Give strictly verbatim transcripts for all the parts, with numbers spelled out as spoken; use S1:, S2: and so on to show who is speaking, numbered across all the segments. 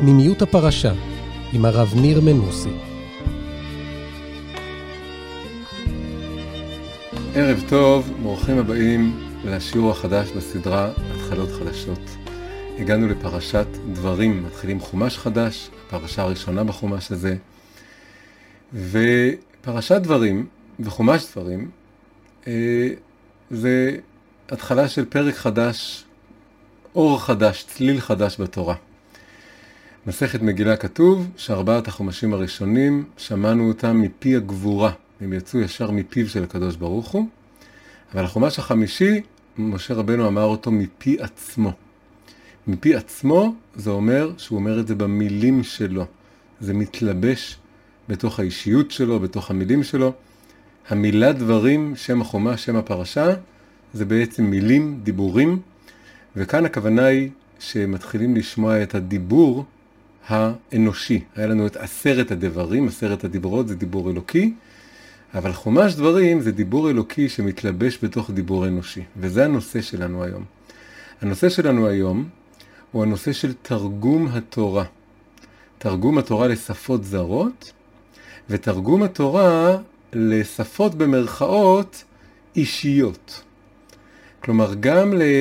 S1: פנימיות הפרשה עם הרב ניר מנוסי.
S2: ערב טוב, ברוכים הבאים לשיעור החדש בסדרה התחלות חדשות. הגענו לפרשת דברים, מתחילים חומש חדש, הפרשה הראשונה בחומש הזה. ופרשת דברים וחומש דברים אה, זה התחלה של פרק חדש, אור חדש, צליל חדש בתורה. מסכת מגילה כתוב שארבעת החומשים הראשונים שמענו אותם מפי הגבורה, הם יצאו ישר מפיו של הקדוש ברוך הוא, אבל החומש החמישי, משה רבנו אמר אותו מפי עצמו. מפי עצמו זה אומר שהוא אומר את זה במילים שלו, זה מתלבש בתוך האישיות שלו, בתוך המילים שלו. המילה דברים, שם החומש, שם הפרשה, זה בעצם מילים, דיבורים, וכאן הכוונה היא שמתחילים לשמוע את הדיבור האנושי. היה לנו את עשרת הדברים, עשרת הדיברות זה דיבור אלוקי, אבל חומש דברים זה דיבור אלוקי שמתלבש בתוך דיבור אנושי, וזה הנושא שלנו היום. הנושא שלנו היום הוא הנושא של תרגום התורה. תרגום התורה לשפות זרות, ותרגום התורה לשפות במרכאות אישיות. כלומר, גם ל...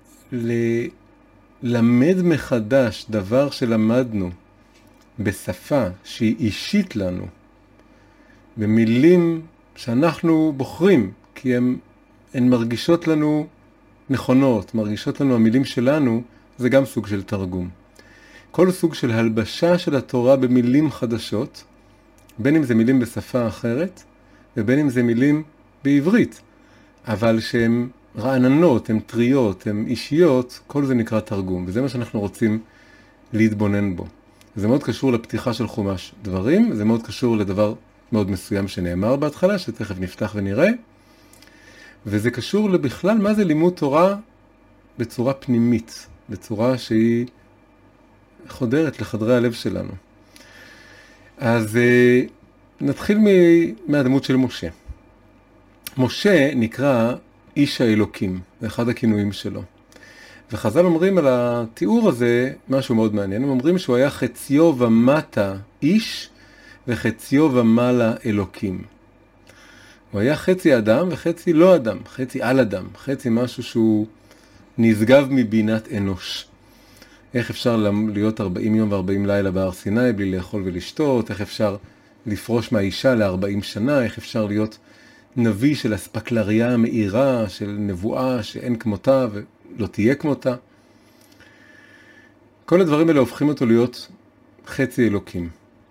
S2: ללמד מחדש דבר שלמדנו בשפה שהיא אישית לנו, במילים שאנחנו בוחרים, כי הן, הן מרגישות לנו נכונות, מרגישות לנו המילים שלנו, זה גם סוג של תרגום. כל סוג של הלבשה של התורה במילים חדשות, בין אם זה מילים בשפה אחרת, ובין אם זה מילים בעברית, אבל שהן רעננות, הן טריות, הן אישיות, כל זה נקרא תרגום, וזה מה שאנחנו רוצים להתבונן בו. זה מאוד קשור לפתיחה של חומש דברים, זה מאוד קשור לדבר מאוד מסוים שנאמר בהתחלה, שתכף נפתח ונראה, וזה קשור לבכלל מה זה לימוד תורה בצורה פנימית, בצורה שהיא חודרת לחדרי הלב שלנו. אז נתחיל מהדמות של משה. משה נקרא איש האלוקים, זה אחד הכינויים שלו. וחז"ל אומרים על התיאור הזה משהו מאוד מעניין, הם אומרים שהוא היה חציו ומטה איש, וחציו ומעלה אלוקים. הוא היה חצי אדם וחצי לא אדם, חצי על אדם, חצי משהו שהוא נשגב מבינת אנוש. איך אפשר להיות ארבעים יום ו-ארבעים לילה בהר סיני בלי לאכול ולשתות, איך אפשר לפרוש מהאישה ל-ארבעים שנה, איך אפשר להיות נביא של אספקלריה המאירה, של נבואה שאין כמותה ולא תהיה כמותה. כל הדברים האלה הופכים אותו להיות חצי אלוקים.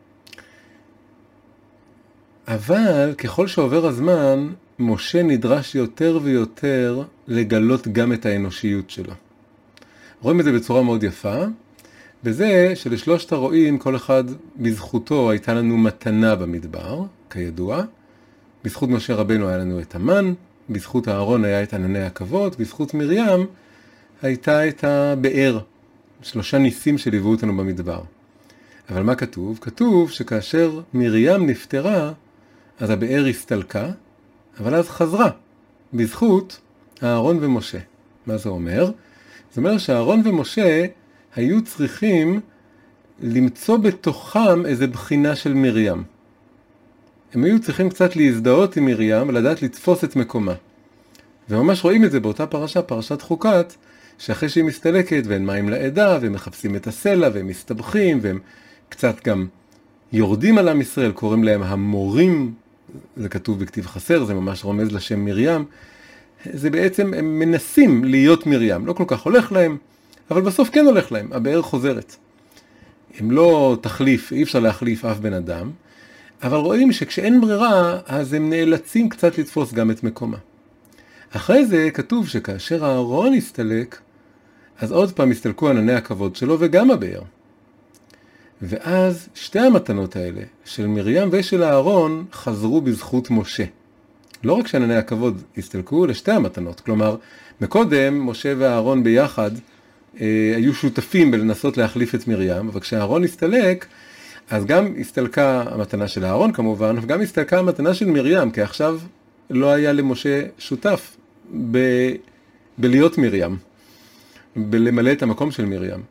S2: אבל ככל שעובר הזמן, משה נדרש יותר ויותר לגלות גם את האנושיות שלו. רואים את זה בצורה מאוד יפה, בזה שלשלושת הרועים כל אחד בזכותו הייתה לנו מתנה במדבר, כידוע. בזכות משה רבנו היה לנו את המן, בזכות הארון היה את ענני הכבוד, בזכות מרים הייתה את הבאר, שלושה ניסים שליוו אותנו במדבר. אבל מה כתוב? כתוב שכאשר מרים נפטרה, אז הבאר הסתלקה, אבל אז חזרה, בזכות הארון ומשה. מה זה אומר? זה אומר שהארון ומשה היו צריכים למצוא בתוכם איזו בחינה של מרים. הם היו צריכים קצת להזדהות עם מרים ולדעת לתפוס את מקומה. וממש רואים את זה באותה פרשה, פרשת חוקת, שאחרי שהיא מסתלקת ואין מים לעדה, והם מחפשים את הסלע והם מסתבכים, והם קצת גם יורדים על עם ישראל, קוראים להם המורים, זה כתוב בכתיב חסר, זה ממש רומז לשם מרים. זה בעצם, הם מנסים להיות מרים, לא כל כך הולך להם, אבל בסוף כן הולך להם, הבאר חוזרת. הם לא תחליף, אי אפשר להחליף אף בן אדם, אבל רואים שכשאין ברירה, אז הם נאלצים קצת לתפוס גם את מקומה. אחרי זה כתוב שכאשר הארון הסתלק, אז עוד פעם הסתלקו ענני הכבוד שלו וגם הבאר. ואז שתי המתנות האלה, של מרים ושל הארון, חזרו בזכות משה. לא רק שענני הכבוד הסתלקו, לשתי המתנות. כלומר, מקודם משה והארון ביחד אה, היו שותפים בלנסות להחליף את מרים, אבל כשהארון הסתלק, אז גם הסתלקה המתנה של הארון כמובן, וגם הסתלקה המתנה של מרים, כי עכשיו לא היה למשה שותף ב... בלהיות מרים, בלמלא את המקום של מרים.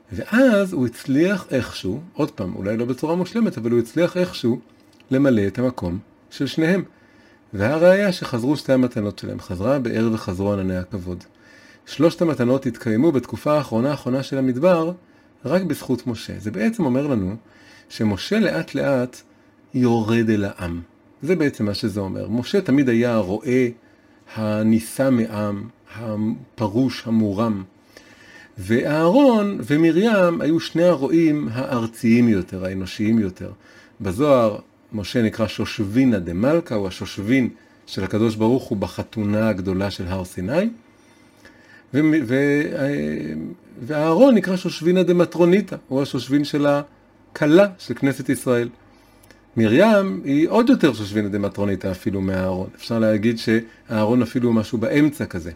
S2: ואז הוא הצליח איכשהו, עוד פעם, אולי לא בצורה מושלמת, אבל הוא הצליח איכשהו למלא את המקום של שניהם. והראיה שחזרו שתי המתנות שלהם, חזרה הבאר וחזרו ענני הכבוד. שלושת המתנות התקיימו בתקופה האחרונה האחרונה של המדבר, רק בזכות משה. זה בעצם אומר לנו שמשה לאט לאט יורד אל העם. זה בעצם מה שזה אומר. משה תמיד היה הרואה, הניסה מעם, הפרוש, המורם. ואהרון ומרים היו שני הרואים הארציים יותר, האנושיים יותר. בזוהר משה נקרא שושבינה דמלכה, הוא השושבין של הקדוש ברוך הוא בחתונה הגדולה של הר סיני. ו- ו- ואהרון נקרא שושבינה דמטרוניתא, הוא השושבין של הכלה של כנסת ישראל. מרים היא עוד יותר שושבינה דמטרוניתא אפילו מאהרון. אפשר להגיד שאהרון אפילו משהו באמצע כזה.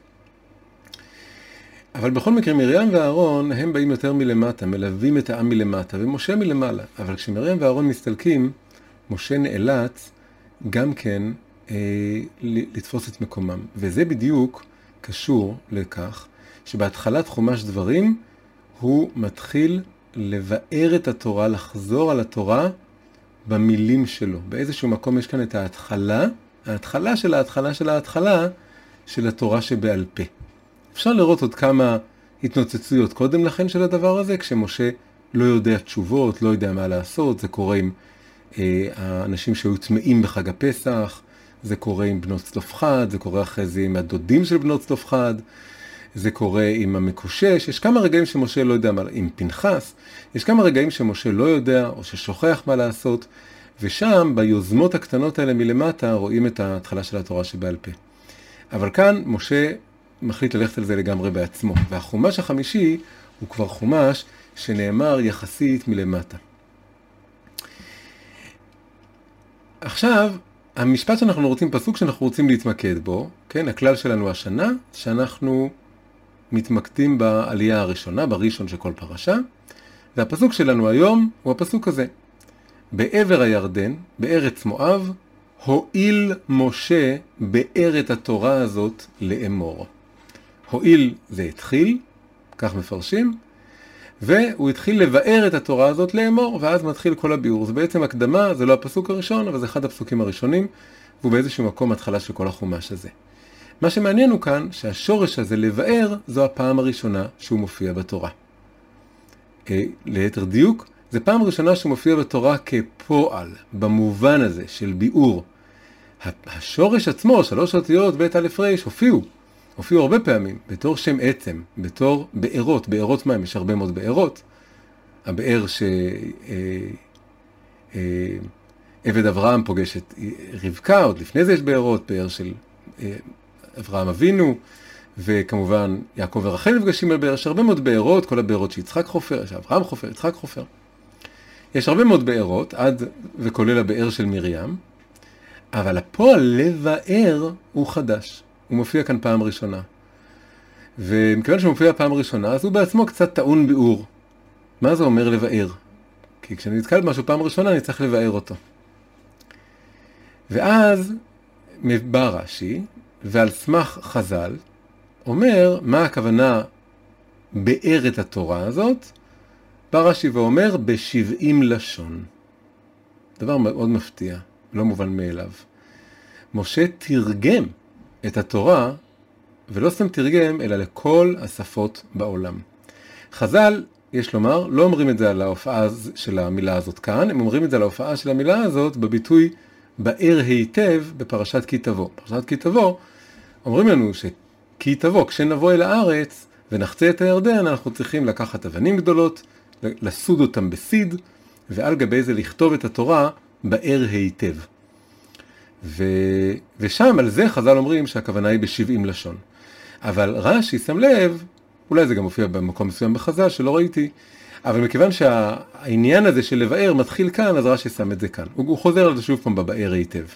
S2: אבל בכל מקרה מרים ואהרון הם באים יותר מלמטה, מלווים את העם מלמטה, ומשה מלמעלה. אבל כשמרים ואהרון מסתלקים, משה נאלץ גם כן אה, לתפוס את מקומם. וזה בדיוק קשור לכך שבהתחלת חומש דברים הוא מתחיל לבאר את התורה, לחזור על התורה במילים שלו. באיזשהו מקום יש כאן את ההתחלה, ההתחלה של ההתחלה של ההתחלה של התורה שבעל פה. אפשר לראות עוד כמה התנוצצויות קודם לכן של הדבר הזה, כשמשה לא יודע תשובות, לא יודע מה לעשות. זה קורה עם אה, האנשים שהיו טמאים בחג הפסח, זה קורה עם בנות צלופחד, זה קורה אחרי זה עם הדודים של בנות צלופחד, זה קורה עם המקושש. יש כמה רגעים שמשה לא יודע מה, עם פנחס, יש כמה רגעים שמשה לא יודע או ששוכח מה לעשות, ושם ביוזמות הקטנות האלה מלמטה רואים את ההתחלה של התורה שבעל פה. אבל כאן משה מחליט ללכת על זה לגמרי בעצמו, והחומש החמישי הוא כבר חומש שנאמר יחסית מלמטה. עכשיו, המשפט שאנחנו רוצים, פסוק שאנחנו רוצים להתמקד בו, כן, הכלל שלנו השנה, שאנחנו מתמקדים בעלייה הראשונה, בראשון של כל פרשה, והפסוק שלנו היום הוא הפסוק הזה. בעבר הירדן, בארץ מואב, הועיל משה באר את התורה הזאת לאמור. הועיל זה התחיל, כך מפרשים, והוא התחיל לבאר את התורה הזאת לאמור, ואז מתחיל כל הביאור. זה בעצם הקדמה, זה לא הפסוק הראשון, אבל זה אחד הפסוקים הראשונים, והוא באיזשהו מקום התחלה של כל החומש הזה. מה שמעניין הוא כאן, שהשורש הזה לבאר, זו הפעם הראשונה שהוא מופיע בתורה. ליתר דיוק, זה פעם ראשונה שהוא מופיע בתורה כפועל, במובן הזה של ביאור. השורש עצמו, שלוש אותיות בית א' ר' הופיעו, הופיעו הרבה פעמים, בתור שם עצם, בתור בארות, בארות מים, יש הרבה מאוד בארות. הבאר שעבד אברהם פוגש את רבקה, עוד לפני זה יש בארות, באר של אברהם אבינו, וכמובן יעקב ורחל נפגשים על באר, יש הרבה מאוד בארות, כל הבארות שיצחק חופר, שאברהם חופר, יצחק חופר. יש הרבה מאוד בארות, עד וכולל הבאר של מרים, אבל הפועל לבאר הוא חדש. הוא מופיע כאן פעם ראשונה. ומכיוון שהוא מופיע פעם ראשונה, אז הוא בעצמו קצת טעון ביאור. מה זה אומר לבאר? כי כשאני נתקל במשהו פעם ראשונה, אני צריך לבאר אותו. ואז בא רש"י, ועל סמך חז"ל, אומר מה הכוונה באר את התורה הזאת, בא רש"י ואומר בשבעים לשון. דבר מאוד מפתיע, לא מובן מאליו. משה תרגם את התורה, ולא סתם תרגם, אלא לכל השפות בעולם. חז"ל, יש לומר, לא אומרים את זה על ההופעה של המילה הזאת כאן, הם אומרים את זה על ההופעה של המילה הזאת בביטוי באר היטב בפרשת כי תבוא. פרשת כי תבוא, אומרים לנו שכי תבוא, כשנבוא אל הארץ ונחצה את הירדן, אנחנו צריכים לקחת אבנים גדולות, לסוד אותם בסיד, ועל גבי זה לכתוב את התורה באר היטב. ו... ושם על זה חז"ל אומרים שהכוונה היא בשבעים לשון. אבל רש"י שם לב, אולי זה גם מופיע במקום מסוים בחז"ל שלא ראיתי, אבל מכיוון שהעניין הזה של לבאר מתחיל כאן, אז רש"י שם את זה כאן. הוא, הוא חוזר על זה שוב פעם בבאר היטב.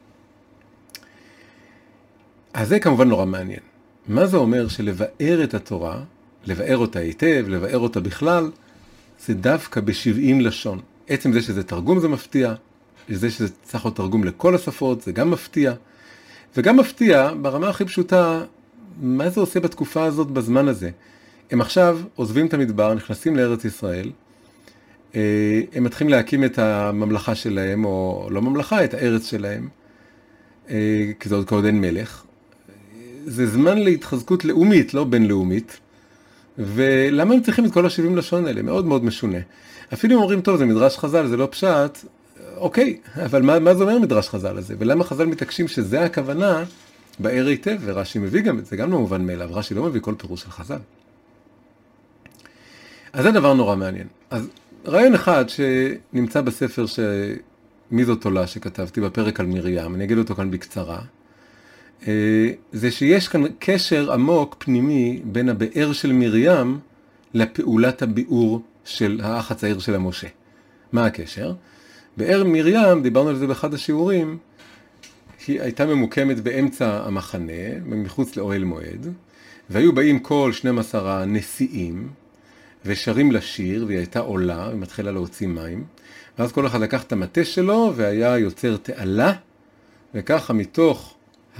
S2: אז זה כמובן נורא מעניין. מה זה אומר שלבאר את התורה, לבאר אותה היטב, לבאר אותה בכלל, זה דווקא בשבעים לשון. עצם זה שזה תרגום זה מפתיע, זה שזה צריך להיות תרגום לכל השפות, זה גם מפתיע. וגם מפתיע, ברמה הכי פשוטה, מה זה עושה בתקופה הזאת, בזמן הזה? הם עכשיו עוזבים את המדבר, נכנסים לארץ ישראל, הם מתחילים להקים את הממלכה שלהם, או לא ממלכה, את הארץ שלהם, כי זה עוד עוד אין מלך. זה זמן להתחזקות לאומית, לא בינלאומית, ולמה הם צריכים את כל ה-שבעים לשון האלה? מאוד מאוד משונה. אפילו אם אומרים, טוב, זה מדרש חז"ל, זה לא פשט, אוקיי, אבל מה, מה זה אומר מדרש חז"ל הזה? ולמה חז"ל מתעקשים שזה הכוונה באר היטב, ורש"י מביא גם את זה, גם לא מובן מאליו, רש"י לא מביא כל פירוש של חז"ל. אז זה דבר נורא מעניין. אז רעיון אחד שנמצא בספר ש... מי זאת עולה שכתבתי בפרק על מרים, אני אגיד אותו כאן בקצרה, זה שיש כאן קשר עמוק פנימי בין הבאר של מרים לפעולת הביאור של האח הצעיר של המשה. מה הקשר? באר מרים, דיברנו על זה באחד השיעורים, היא הייתה ממוקמת באמצע המחנה, מחוץ לאוהל מועד, והיו באים כל שנים עשר הנשיאים, ושרים לשיר, והיא הייתה עולה, ומתחילה להוציא מים, ואז כל אחד לקח את המטה שלו, והיה יוצר תעלה, וככה מתוך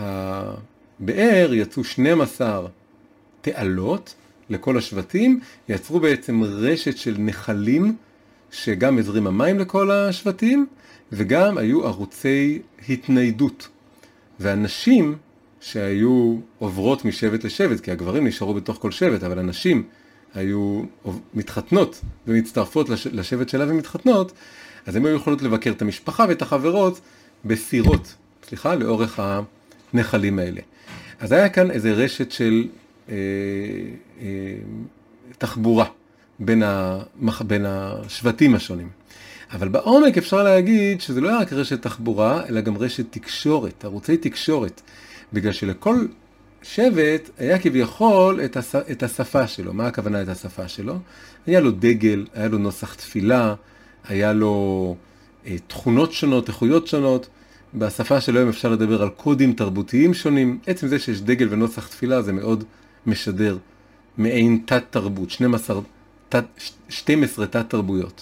S2: הבאר יצאו שנים עשר תעלות לכל השבטים, יצרו בעצם רשת של נחלים, שגם הזרים המים לכל השבטים, וגם היו ערוצי התניידות. והנשים שהיו עוברות משבט לשבט, כי הגברים נשארו בתוך כל שבט, אבל הנשים היו מתחתנות ומצטרפות לשבט שלה ומתחתנות, אז הן היו יכולות לבקר את המשפחה ואת החברות בסירות, סליחה, לאורך הנחלים האלה. אז היה כאן איזה רשת של אה, אה, תחבורה בין, המח... בין השבטים השונים. אבל בעומק אפשר להגיד שזה לא היה רק רשת תחבורה, אלא גם רשת תקשורת, ערוצי תקשורת, בגלל שלכל שבט היה כביכול את, הש... את השפה שלו. מה הכוונה את השפה שלו? היה לו דגל, היה לו נוסח תפילה, היה לו אה, תכונות שונות, איכויות שונות. בשפה של היום אפשר לדבר על קודים תרבותיים שונים. עצם זה שיש דגל ונוסח תפילה זה מאוד משדר מעין תת תרבות, שתים עשרה, תת, שתים עשרה תת תרבויות.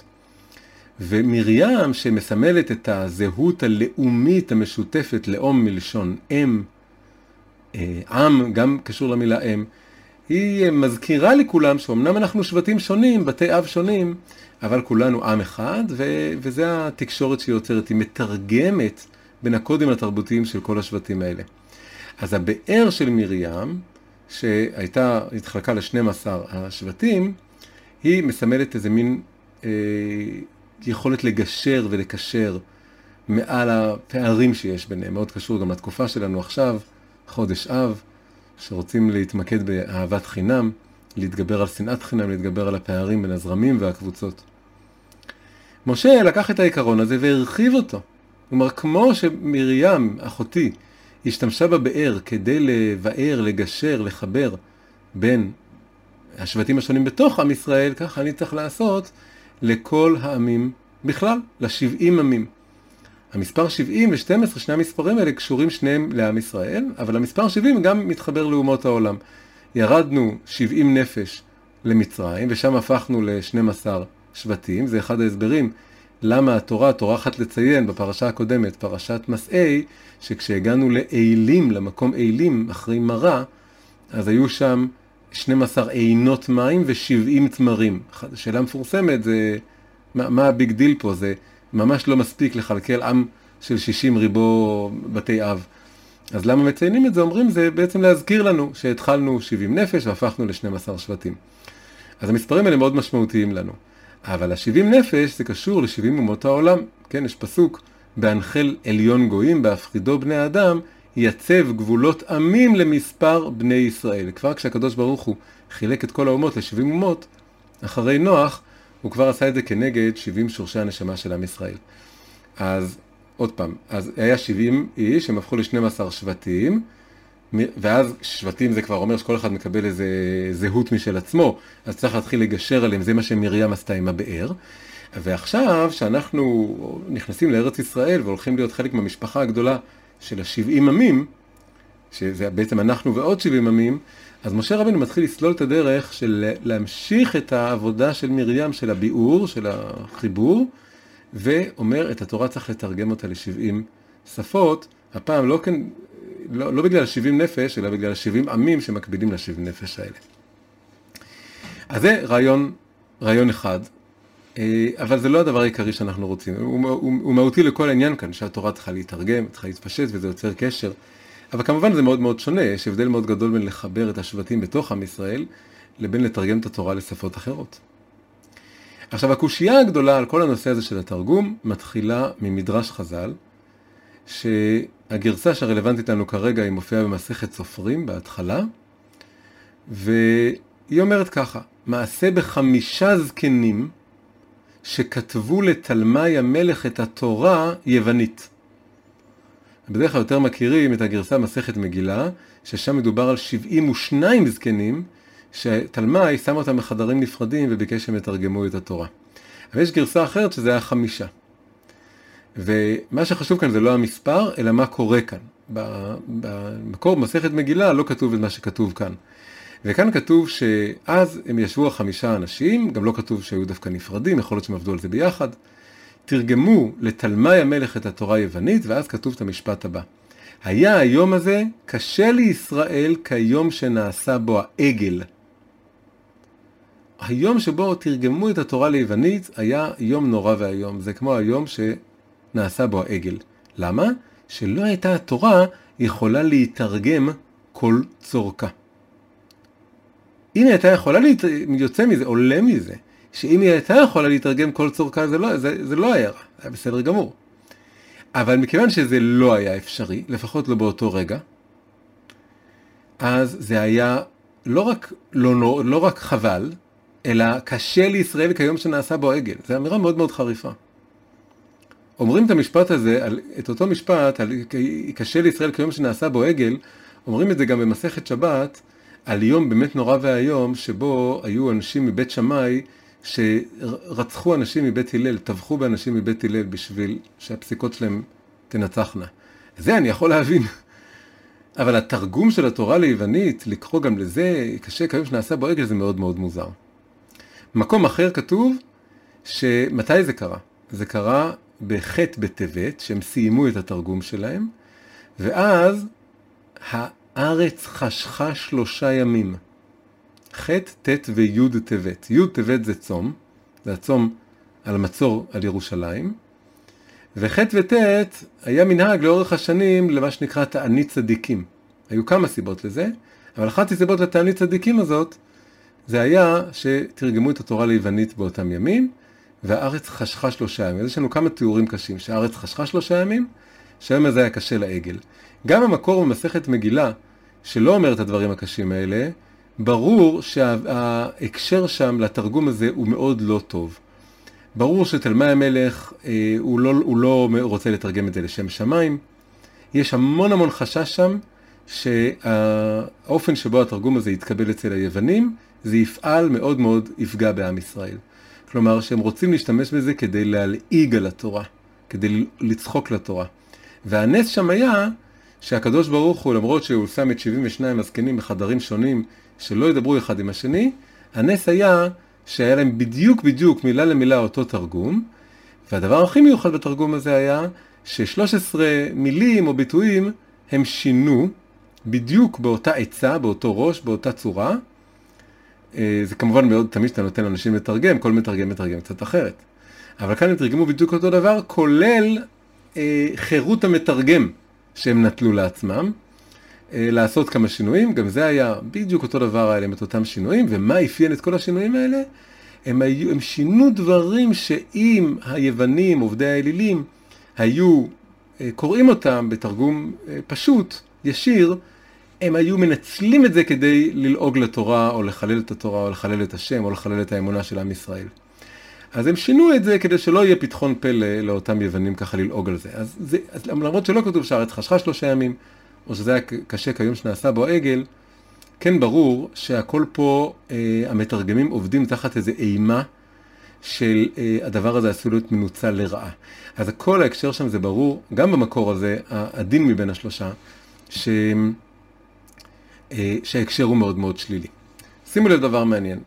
S2: ומרים שמסמלת את הזהות הלאומית המשותפת, לאום מלשון אם, עם, גם קשור למילה אם, היא מזכירה לכולם שאומנם אנחנו שבטים שונים, בתי אב שונים, אבל כולנו עם אחד, ו- וזה התקשורת שהיא יוצרת, היא מתרגמת בין הקודים התרבותיים של כל השבטים האלה. אז הבאר של מרים, שהייתה, התחלקה ל-שנים עשר השבטים, היא מסמלת איזה מין אה, יכולת לגשר ולקשר מעל הפערים שיש ביניהם. מאוד קשור גם לתקופה שלנו עכשיו, חודש אב, שרוצים להתמקד באהבת חינם, להתגבר על שנאת חינם, להתגבר על הפערים בין הזרמים והקבוצות. משה לקח את העיקרון הזה והרחיב אותו. כלומר, כמו שמרים, אחותי, השתמשה בבאר כדי לבאר, לגשר, לחבר בין השבטים השונים בתוך עם ישראל, כך אני צריך לעשות לכל העמים בכלל, ל-שבעים עמים. המספר שבעים ו-שתים עשרה, שני המספרים האלה קשורים שניהם לעם ישראל, אבל המספר שבעים גם מתחבר לאומות העולם. ירדנו שבעים נפש למצרים, ושם הפכנו ל-שנים עשר שבטים. זה אחד ההסברים למה התורה טורחת לציין בפרשה הקודמת, פרשת מסעי, שכשהגענו לאילים, למקום אילים, אחרי מרה, אז היו שם שנים עשר עינות מים ו-שבעים תמרים. השאלה מפורסמת, זה, מה, מה הביג דיל פה? זה ממש לא מספיק לחלקל עם של שישים ריבו בתי אב. אז למה מציינים את זה? אומרים, זה בעצם להזכיר לנו שהתחלנו שבעים נפש והפכנו ל-שנים עשר שבטים. אז המספרים האלה מאוד משמעותיים לנו. אבל ה-שבעים נפש זה קשור ל-שבעים אומות העולם. כן, יש פסוק, בהנחל עליון גויים, בהפחידו בני האדם, יצב גבולות עמים למספר בני ישראל. כבר כשהקדוש ברוך הוא חילק את כל האומות ל-שבעים אומות, אחרי נוח, הוא כבר עשה את זה כנגד שבעים שורשי הנשמה של עם ישראל. אז עוד פעם, אז היה שבעים איש, הם הפכו ל-שנים עשר שבטים, ואז שבטים זה כבר אומר שכל אחד מקבל איזה זהות משל עצמו, אז צריך להתחיל לגשר עליהם, זה מה שמרים עשתה עם הבאר. ועכשיו שאנחנו נכנסים לארץ ישראל והולכים להיות חלק מהמשפחה הגדולה של ה-שבעים עמים, שזה בעצם אנחנו ועוד שבעים עמים, אז משה רבנו מתחיל לסלול את הדרך של להמשיך את העבודה של מרים, של הביאור, של החיבור, ואומר את התורה צריך לתרגם אותה ל-שבעים שפות, הפעם לא, כן, לא, לא בגלל שבעים נפש, אלא בגלל שבעים עמים שמקבילים ל-שבעים נפש האלה. אז זה רעיון, רעיון אחד, אבל זה לא הדבר העיקרי שאנחנו רוצים. הוא, הוא, הוא מהותי לכל העניין כאן, שהתורה צריכה להתרגם, צריכה להתפשט וזה יוצר קשר. אבל כמובן זה מאוד מאוד שונה, יש הבדל מאוד גדול בין לחבר את השבטים בתוך עם ישראל, לבין לתרגם את התורה לשפות אחרות. עכשיו, הקושייה הגדולה על כל הנושא הזה של התרגום מתחילה ממדרש חז"ל, שהגרסה שהרלוונטית לנו כרגע היא מופיעה במסכת סופרים בהתחלה, והיא אומרת ככה, מעשה בחמישה זקנים שכתבו לתלמי המלך את התורה יוונית. בדרך כלל יותר מכירים את הגרסה מסכת מגילה, ששם מדובר על שבעים ושניים זקנים, שתלמי שם אותם בחדרים נפרדים וביקש שהם יתרגמו את התורה. אבל יש גרסה אחרת שזה היה חמישה. ומה שחשוב כאן זה לא המספר, אלא מה קורה כאן. במקור במסכת מגילה לא כתוב את מה שכתוב כאן. וכאן כתוב שאז הם ישבו החמישה אנשים, גם לא כתוב שהיו דווקא נפרדים, יכול להיות שהם עבדו על זה ביחד, תרגמו לתלמי המלך את התורה היוונית, ואז כתוב את המשפט הבא. היה היום הזה קשה לישראל כיום שנעשה בו העגל. היום שבו תרגמו את התורה ליוונית היה יום נורא והיום. זה כמו היום שנעשה בו העגל. למה? שלא הייתה התורה יכולה להתרגם כל צורכה. אם היא הייתה יכולה, להת... יוצא מזה, עולה מזה, שאם היא הייתה יכולה להתרגם כל צורכה, זה לא, זה, זה לא היה רע, זה היה בסדר גמור. אבל מכיוון שזה לא היה אפשרי, לפחות לא באותו רגע, אז זה היה לא רק, לא, לא רק חבל, אלא קשה לישראל כיום שנעשה בו עגל. זו אמירה מאוד מאוד חריפה. אומרים את המשפט הזה, את אותו משפט, על, קשה לישראל כיום שנעשה בו עגל, אומרים את זה גם במסכת שבת, על יום באמת נורא והיום, שבו היו אנשים מבית שמאי, שרצחו אנשים מבית הלל, טבחו באנשים מבית הלל, בשביל שהפסיקות שלהם תנצחנה. זה אני יכול להבין. אבל התרגום של התורה ליוונית, לקרוא גם לזה, קשה כיום שנעשה בו עגל, זה מאוד מאוד מוזר. מקום אחר כתוב, שמתי זה קרה? זה קרה בחטא בטבת, שהם סיימו את התרגום שלהם, ואז הארץ חשכה שלושה ימים. חטא, ט' וי' טבת. י' טבת זה צום, זה הצום על מצור על ירושלים, וחטא וט' היה מנהג לאורך השנים למה שנקרא תענית צדיקים. היו כמה סיבות לזה, אבל אחת הסיבות לתענית צדיקים הזאת, זה היה שתרגמו את התורה ליוונית באותם ימים, והארץ חשכה שלושה ימים. אז יש לנו כמה תיאורים קשים, שהארץ חשכה שלושה ימים, שהיום הזה היה קשה לעגל. גם המקור במסכת מגילה, שלא אומר את הדברים הקשים האלה, ברור שההקשר שם לתרגום הזה הוא מאוד לא טוב. ברור שתלמי המלך אה, הוא, לא, הוא לא רוצה לתרגם את זה לשם שמיים. יש המון המון חשש שם שהאופן שבו התרגום הזה יתקבל אצל היוונים, זה יפעל מאוד מאוד יפגע בעם ישראל. כלומר שהם רוצים להשתמש בזה כדי להלעיג על התורה, כדי לצחוק לתורה. והנס שם היה שהקדוש ברוך הוא, למרות שהוא שם את שבעים ושניים הזקנים בחדרים שונים שלא ידברו אחד עם השני, הנס היה שהיה להם בדיוק בדיוק מילה למילה אותו תרגום, והדבר הכי מיוחד בתרגום הזה היה ש-שלוש עשרה מילים או ביטויים הם שינו בדיוק באותה עצה, באותו ראש, באותה צורה. זה כמובן מאוד תמיד שאתה נותן לאנשים לתרגם, כל מתרגם מתרגם קצת אחרת. אבל כאן הם תרגמו בדיוק אותו דבר, כולל אה, חירות המתרגם שהם נטלו לעצמם, אה, לעשות כמה שינויים. גם זה היה בדיוק אותו דבר, היה להם את אותם שינויים, ומה אפיין את כל השינויים האלה? הם, היו, הם שינו דברים שאם היוונים, עובדי האלילים, היו אה, קוראים אותם בתרגום אה, פשוט, ישיר, הם היו מנצלים את זה כדי ללעוג לתורה, או לחלל את התורה, או לחלל את השם, או לחלל את האמונה של עם ישראל. אז הם שינו את זה כדי שלא יהיה פתחון פה לאותם יוונים ככה ללעוג על זה. אז, זה, אז למרות שלא כתוב שהארץ חשכה שלושה ימים, או שזה היה קשה כיום שנעשה בו עגל, כן ברור שהכל פה, אה, המתרגמים עובדים תחת איזו אימה של אה, הדבר הזה עשוי להיות מנוצל לרעה. אז כל ההקשר שם זה ברור, גם במקור הזה, הדין מבין השלושה, ש... שההקשר הוא מאוד מאוד שלילי. שימו לב דבר מעניין.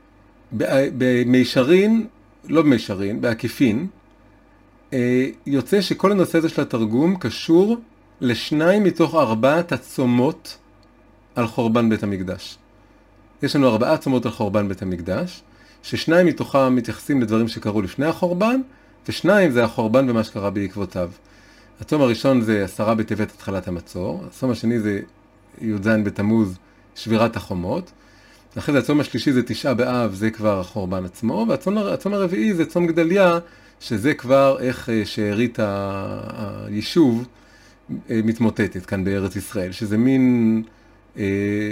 S2: במישרין, לא במישרין, בעקיפין, יוצא שכל הנושא הזה של התרגום קשור לשניים מתוך ארבעת הצומות על חורבן בית המקדש. יש לנו ארבעה צומות על חורבן בית המקדש, ששניים מתוכם מתייחסים לדברים שקרו לפני החורבן, ושניים זה החורבן ומה שקרה בעקבותיו. הצום הראשון זה עשרה בטבת התחלת המצור, הצום השני זה י"ז בתמוז שבירת החומות, אחרי זה הצום השלישי זה תשעה באב, זה כבר החורבן עצמו, והצום הרביעי זה צום גדליה, שזה כבר איך שארית היישוב מתמוטטת כאן בארץ ישראל, שזה מין אה,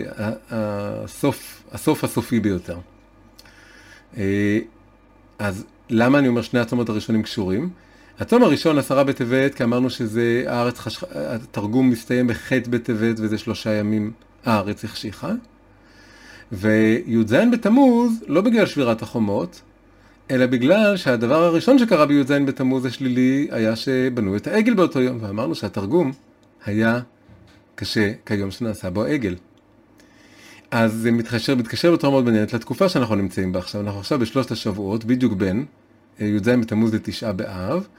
S2: הסוף, הסוף הסופי ביותר. אה, אז למה אני אומר שני הצומות הראשונים קשורים? הצום הראשון, עשרה בטבת, כי אמרנו שזה הארץ חשכה, התרגום מסתיים בחטא בטבת, וזה שלושה ימים הארץ החשיכה. וי"ז בתמוז, לא בגלל שבירת החומות, אלא בגלל שהדבר הראשון שקרה בי"ז בתמוז השלילי, היה שבנו את העגל באותו יום, ואמרנו שהתרגום היה קשה כיום שנעשה בו העגל. אז זה מתקשר, מתקשר בצורה מאוד מעניינת לתקופה שאנחנו נמצאים בה עכשיו. אנחנו עכשיו בשלושת השבועות, בדיוק בין י"ז בתמוז לתשעה באב,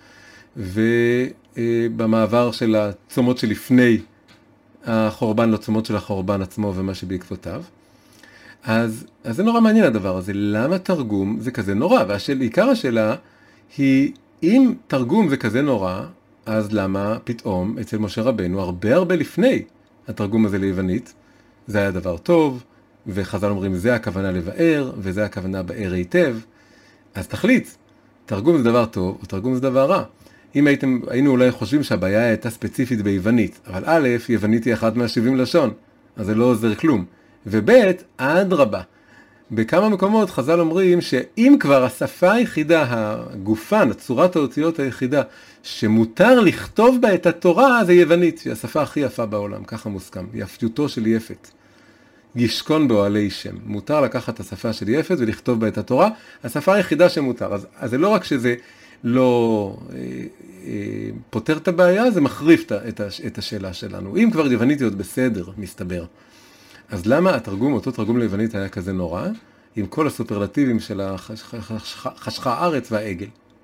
S2: ובמעבר של הצומות שלפני החורבן לצומות של החורבן עצמו ומה שבעקבותיו. אז, אז זה נורא מעניין הדבר הזה. למה תרגום זה כזה נורא? ועיקר השאלה היא, אם תרגום זה כזה נורא, אז למה פתאום אצל משה רבנו, הרבה הרבה לפני התרגום הזה ליוונית, זה היה דבר טוב, וחז"ל אומרים, זה הכוונה לבאר, וזה הכוונה באר היטב. אז תחליט, תרגום זה דבר טוב, או תרגום זה דבר רע. אם הייתם, היינו אולי חושבים שהבעיה הייתה ספציפית ביוונית, אבל א', יוונית היא אחת מהשבעים לשון, אז זה לא עוזר כלום. וב', עד רבה. בכמה מקומות חז"ל אומרים שאם כבר השפה היחידה, הגופן, הצורת האותיות היחידה, שמותר לכתוב בה את התורה, זה יוונית, שהיא השפה הכי יפה בעולם, ככה מוסכם, יפיותו של יפת. ישכון באוהלי שם. מותר לקחת את השפה של יפת ולכתוב בה את התורה, השפה היחידה שמותר. אז, אז זה לא רק שזה לא אה, אה, פותר את הבעיה, זה מחריף את, את השאלה שלנו. אם כבר יוונית היא עוד בסדר, מסתבר. אז למה התרגום, אותו תרגום ליוונית היה כזה נורא, עם כל הסופרלטיבים של החשכה הארץ והעגל?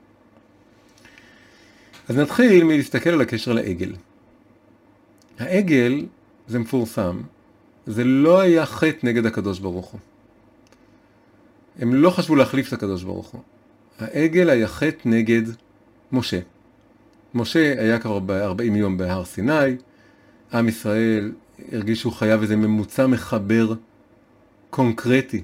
S2: אז נתחיל מלהסתכל על הקשר לעגל. העגל, זה מפורסם, זה לא היה חטא נגד הקדוש ברוך הוא. הם לא חשבו להחליף את הקדוש ברוך הוא. העגל היה חטא נגד משה. משה היה כבר ב-ארבעים יום בהר סיני, עם ישראל הרגיש שהוא חייב איזה ממוצע מחבר קונקרטי,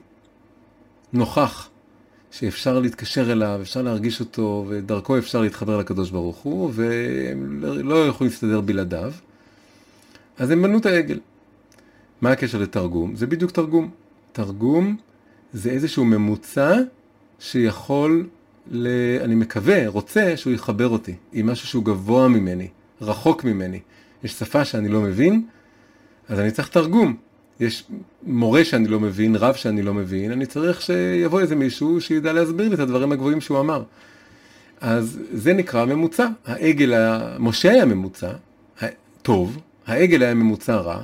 S2: נוכח, שאפשר להתקשר אליו, אפשר להרגיש אותו, ודרכו אפשר להתחבר לקדוש ברוך הוא, והם לא יכולים להסתדר בלעדיו. אז הם בנו את העגל. מה הקשר לתרגום? זה בדיוק תרגום. תרגום זה איזשהו ממוצע שיכול, ל... אני מקווה, רוצה שהוא יחבר אותי עם משהו שהוא גבוה ממני, רחוק ממני. יש שפה שאני לא מבין, אז אני צריך תרגום. יש מורה שאני לא מבין, רב שאני לא מבין, אני צריך שיבוא איזה מישהו שידע להסביר לי את הדברים הגבוהים שהוא אמר. אז זה נקרא ממוצע. העגל, משה היה ממוצע, טוב, העגל היה ממוצע רע,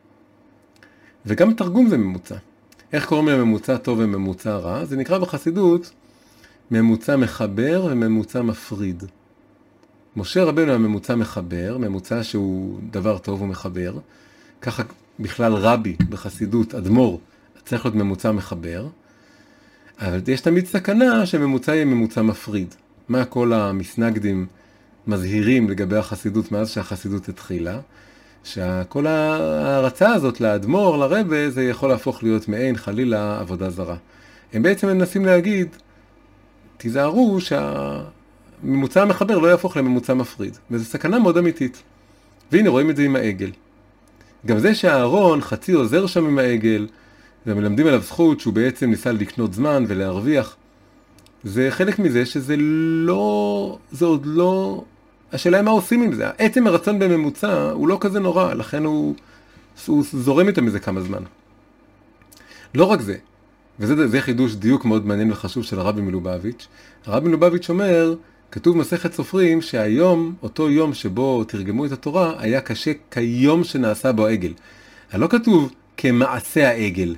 S2: וגם תרגום זה ממוצע. איך קוראים לממוצע טוב וממוצע רע? זה נקרא בחסידות ממוצע מחבר וממוצע מפריד. משה רבנו היה ממוצע מחבר, ממוצע שהוא דבר טוב ומחבר. ככה בכלל רבי בחסידות, אדמו"ר, צריך להיות ממוצע מחבר. אבל יש תמיד סכנה שממוצע יהיה ממוצע מפריד. מה כל המסנגדים מזהירים לגבי החסידות מאז שהחסידות התחילה? שכל ההרצאה הזאת לאדמו"ר, לרבי, זה יכול להפוך להיות מעין חלילה עבודה זרה. הם בעצם מנסים להגיד, תיזהרו שהממוצע המחבר לא יהפוך לממוצע מפריד. וזו סכנה מאוד אמיתית. והנה רואים את זה עם העגל. גם זה שהארון חצי עוזר שם עם העגל, ומלמדים עליו זכות שהוא בעצם ניסה לקנות זמן ולהרוויח, זה חלק מזה שזה לא, זה עוד לא, השאלה היא מה עושים עם זה. עצם הרצון בממוצע הוא לא כזה נורא, לכן הוא, הוא זורם איתם מזה כמה זמן. לא רק זה, וזה זה חידוש דיוק מאוד מעניין וחשוב של הרבי מלובביץ'. הרבי מלובביץ' אומר, כתוב מסכת סופרים שהיום, אותו יום שבו תרגמו את התורה, היה קשה כיום שנעשה בו העגל. לא כתוב כמעשה העגל,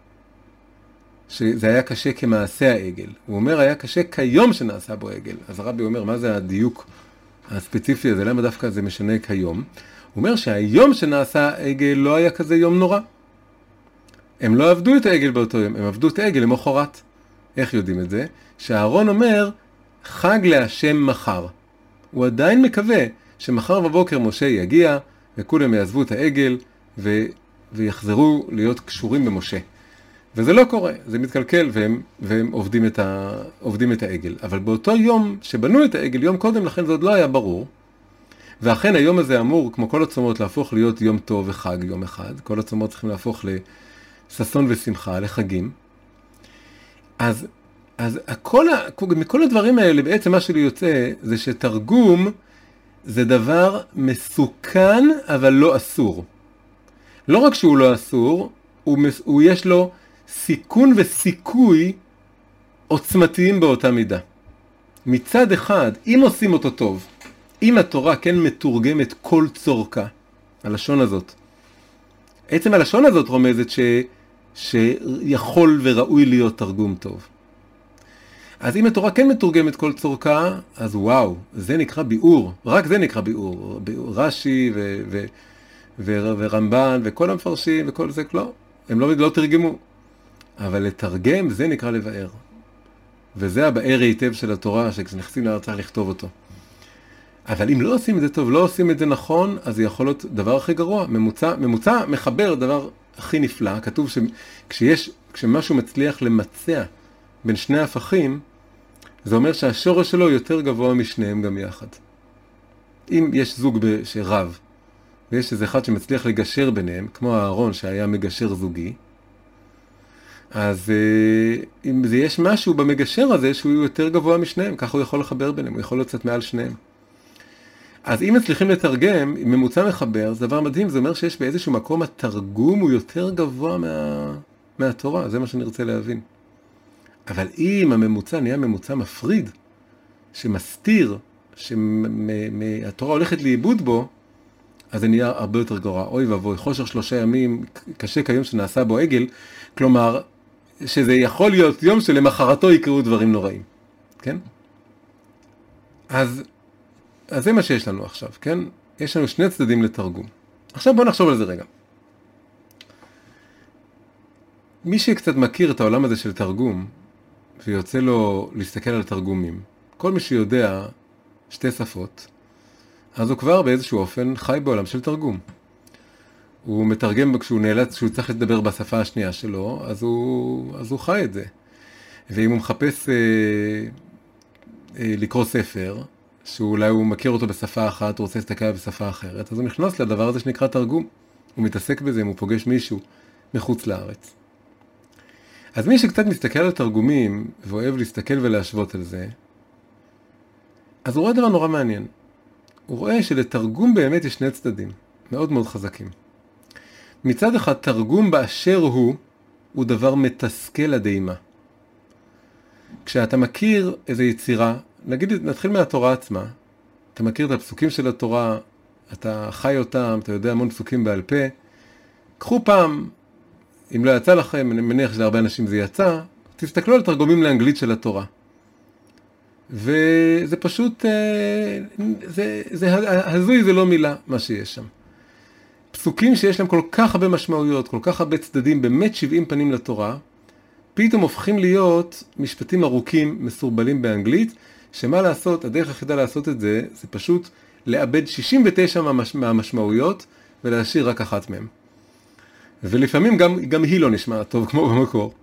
S2: שזה היה קשה כמעשה העגל. הוא אומר, היה קשה כיום שנעשה בו העגל. אז הרבי אומר, מה זה הדיוק הספציפי הזה? למה דווקא זה משנה כיום? הוא אומר שהיום שנעשה העגל לא היה כזה יום נורא. הם לא עבדו את העגל באותו יום, הם עבדו את העגל למחרת. איך יודעים את זה? שהאהרון אומר, חג להשם מחר. הוא עדיין מקווה שמחר בבוקר משה יגיע, וכולם יעזבו את העגל, ו... ויחזרו להיות קשורים במשה. וזה לא קורה, זה מתקלקל, והם, והם עובדים, את ה... עובדים את העגל. אבל באותו יום שבנו את העגל, יום קודם לכן זה עוד לא היה ברור, ואכן היום הזה אמור, כמו כל הצומות, להפוך להיות יום טוב וחג יום אחד. כל הצומות צריכים להפוך לששון ושמחה, לחגים. אז, אז הכל, מכל הדברים האלה, בעצם מה שלי יוצא, זה שתרגום זה דבר מסוכן, אבל לא אסור. לא רק שהוא לא אסור, הוא, הוא יש לו סיכון וסיכוי עוצמתיים באותה מידה. מצד אחד, אם עושים אותו טוב, אם התורה כן מתורגמת כל צורכה, הלשון הזאת, עצם הלשון הזאת רומזת ש, שיכול וראוי להיות תרגום טוב. אז אם התורה כן מתורגמת כל צורכה, אז וואו, זה נקרא ביאור, רק זה נקרא ביאור, ביאור רש"י ו, ו, ו, ורמב"ן וכל המפרשים וכל זה, לא, הם לא, לא תרגמו. אבל לתרגם זה נקרא לבאר. וזה הבאר היטב של התורה, שכשנכנסים לארץ צריך לכתוב אותו. אבל אם לא עושים את זה טוב, לא עושים את זה נכון, אז זה יכול להיות דבר הכי גרוע. ממוצע, ממוצע מחבר דבר הכי נפלא. כתוב שכשיש, כשמשהו מצליח למצע בין שני הפכים, זה אומר שהשורש שלו יותר גבוה משניהם גם יחד. אם יש זוג שרב, ויש איזה אחד שמצליח לגשר ביניהם, כמו האהרון שהיה מגשר זוגי, אז אם זה יש משהו במגשר הזה שהוא יותר גבוה משניהם, ככה הוא יכול לחבר ביניהם, הוא יכול לצאת מעל שניהם. אז אם מצליחים לתרגם, אם ממוצע מחבר, זה דבר מדהים, זה אומר שיש באיזשהו מקום התרגום הוא יותר גבוה מה, מהתורה, זה מה שאני רוצה להבין. אבל אם הממוצע נהיה ממוצע מפריד, שמסתיר, שהתורה הולכת לאיבוד בו, אז זה נהיה הרבה יותר גרוע. אוי ואבוי, חושר שלושה ימים, קשה כיום שנעשה בו עגל, כלומר, שזה יכול להיות יום שלמחרתו יקראו דברים נוראים. כן? אז, אז זה מה שיש לנו עכשיו, כן? יש לנו שני צדדים לתרגום. עכשיו בואו נחשוב על זה רגע. מי שקצת מכיר את העולם הזה של תרגום, ויוצא לו להסתכל על תרגומים, כל מי שיודע שתי שפות, אז הוא כבר באיזשהו אופן חי בעולם של תרגום. הוא מתרגם כשהוא נאלץ, כשהוא צריך לדבר בשפה השנייה שלו, אז הוא, אז הוא חי את זה. ואם הוא מחפש אה, אה, לקרוא ספר, שאולי הוא מכיר אותו בשפה אחת, הוא רוצה להסתכל בשפה אחרת, אז הוא נכנס לדבר הזה שנקרא תרגום. הוא מתעסק בזה אם הוא פוגש מישהו מחוץ לארץ. אז מי שקצת מסתכל על תרגומים, ואוהב להסתכל ולהשוות על זה, אז הוא רואה דבר נורא מעניין. הוא רואה שלתרגום באמת יש שני צדדים, מאוד מאוד חזקים. מצד אחד, תרגום באשר הוא, הוא דבר מתסכל הדהימה. כשאתה מכיר איזו יצירה, נגיד, נתחיל מהתורה עצמה, אתה מכיר את הפסוקים של התורה, אתה חי אותם, אתה יודע המון פסוקים בעל פה, קחו פעם, אם לא יצא לכם, אני מניח שלהרבה אנשים זה יצא, תסתכלו על תרגומים לאנגלית של התורה. וזה פשוט, זה, זה, הזוי זה לא מילה, מה שיש שם. פסוקים שיש להם כל כך הרבה משמעויות, כל כך הרבה צדדים, באמת שבעים פנים לתורה, פתאום הופכים להיות משפטים ארוכים, מסורבלים באנגלית, שמה לעשות, הדרך היחידה לעשות את זה, זה פשוט לאבד שישים ותשע מהמשמעויות, ולהשאיר רק אחת מהם. ולפעמים גם, גם היא לא נשמעת טוב, כמו במקור.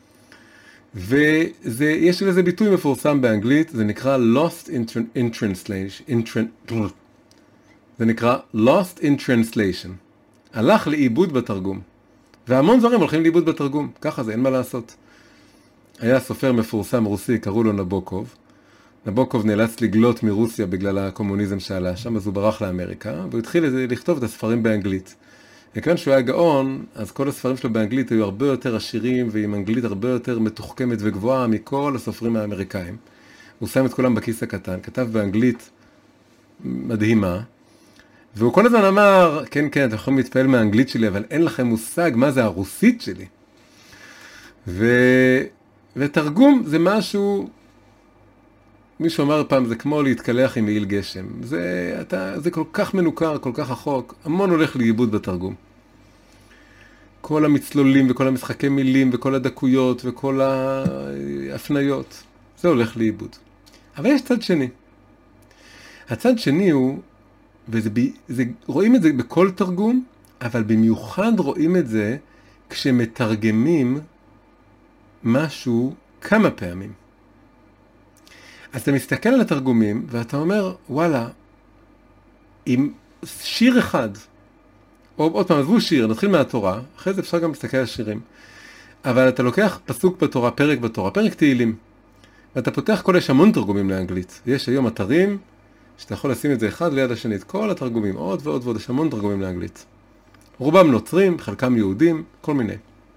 S2: ויש לזה ביטוי מפורסם באנגלית, זה נקרא lost in, in translation, in tra... זה נקרא lost in translation. הלך לאיבוד בתרגום. והמון דברים הולכים לאיבוד בתרגום. ככה זה, אין מה לעשות. היה סופר מפורסם רוסי, קראו לו נבוקוב. נבוקוב נאלץ לגלות מרוסיה בגלל הקומוניזם שעלה שם, אז הוא ברח לאמריקה, והוא התחיל לכתוב את הספרים באנגלית. וכיוון שהוא היה גאון, אז כל הספרים שלו באנגלית היו הרבה יותר עשירים, ועם אנגלית הרבה יותר מתוחכמת וגבוהה מכל הסופרים האמריקאים. הוא שם את כולם בכיס הקטן, כתב באנגלית מדהימה, והוא כל הזמן אמר, כן, כן, אתם יכולים להתפעל מהאנגלית שלי, אבל אין לכם מושג מה זה הרוסית שלי. ו... ותרגום זה משהו, מישהו אמר פעם, זה כמו להתקלח עם מעיל גשם. זה, אתה, זה כל כך מנוכר, כל כך רחוק, המון הולך לאיבוד בתרגום. כל המצלולים וכל המשחקי מילים וכל הדקויות וכל ההפניות. זה הולך לאיבוד. אבל יש צד שני. הצד שני הוא, וזה, זה, רואים את זה בכל תרגום, אבל במיוחד רואים את זה כשמתרגמים משהו כמה פעמים. אז אתה מסתכל על התרגומים ואתה אומר, וואלה, אם שיר אחד, או עוד פעם, עזבו שיר, נתחיל מהתורה, אחרי זה אפשר גם להסתכל על שירים, אבל אתה לוקח פסוק בתורה, פרק בתורה, פרק תהילים, ואתה פותח, כל יש המון תרגומים לאנגלית. יש היום אתרים שאתה יכול לשים את זה אחד ליד השני, את כל התרגומים, עוד ועוד ועוד, יש המון תרגומים לאנגלית. רובם נוצרים, חלקם יהודים, כל מיני.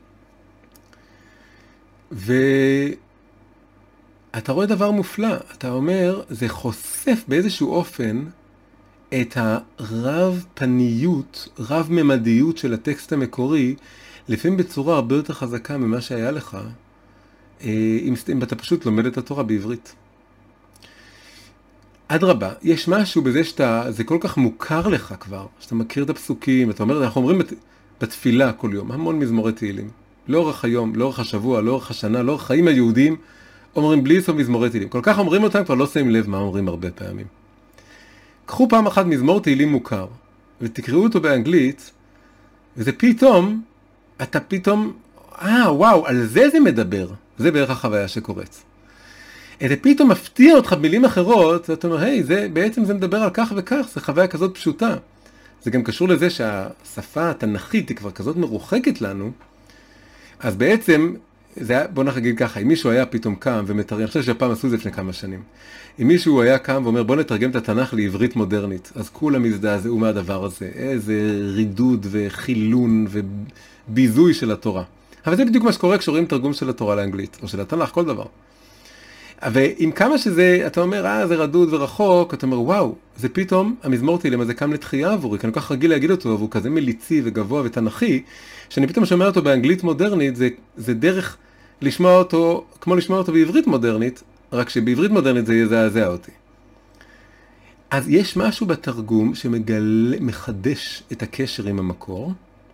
S2: ואתה רואה דבר מופלא, אתה אומר, זה חושף באיזשהו אופן את הרב פניות, רב ממדיות של הטקסט המקורי, לפעמים בצורה הרבה יותר חזקה ממה שהיה לך, אם, אם אתה פשוט לומד את התורה בעברית. אדרבה, יש משהו בזה שאתה, זה כל כך מוכר לך כבר, שאתה מכיר את הפסוקים, אתה אומר, אנחנו אומרים בת, בתפילה כל יום, המון מזמורי תהילים. לאורך היום, לאורך השבוע, לאורך השנה, לאורך חיים היהודים, אומרים בלי סוף מזמורי תהילים. כל כך אומרים אותם, כבר לא שמים לב מה אומרים הרבה פעמים. קחו פעם אחת מזמור תהילים מוכר, ותקראו אותו באנגלית, וזה פתאום, אתה פתאום, אה, וואו, על זה זה מדבר. זה בערך החוויה שקורית. זה פתאום מפתיע אותך במילים אחרות, ואתה אומר, היי, זה, בעצם זה מדבר על כך וכך, זה חוויה כזאת פשוטה. זה גם קשור לזה שהשפה התנ"כית היא כבר כזאת מרוחקת לנו, אז בעצם, זה היה, בוא נגיד ככה, אם מישהו היה פתאום קם ומתרגם, אני חושב שהפעם עשו את זה לפני כמה שנים, אם מישהו היה קם ואומר, בוא נתרגם את התנ"ך לעברית מודרנית, אז כולם הזדעזעו מהדבר הזה, איזה רידוד וחילון וביזוי של התורה. אבל זה בדיוק מה שקורה כשרואים תרגום של התורה לאנגלית, או של התנ"ך, כל דבר. ועם כמה שזה, אתה אומר, אה, זה רדוד ורחוק, אתה אומר, וואו, זה פתאום, המזמור תהילים הזה קם לתחייה עבורי, כי אני כל כך רגיל להגיד אותו, והוא כזה מליצי וגבוה ותנכי, שאני פתאום שומע אותו באנגלית מודרנית, זה, זה דרך לשמוע אותו, כמו לשמוע אותו בעברית מודרנית, רק שבעברית מודרנית זה יזעזע אותי. אז יש משהו בתרגום שמגלה, מחדש את הקשר עם המקור,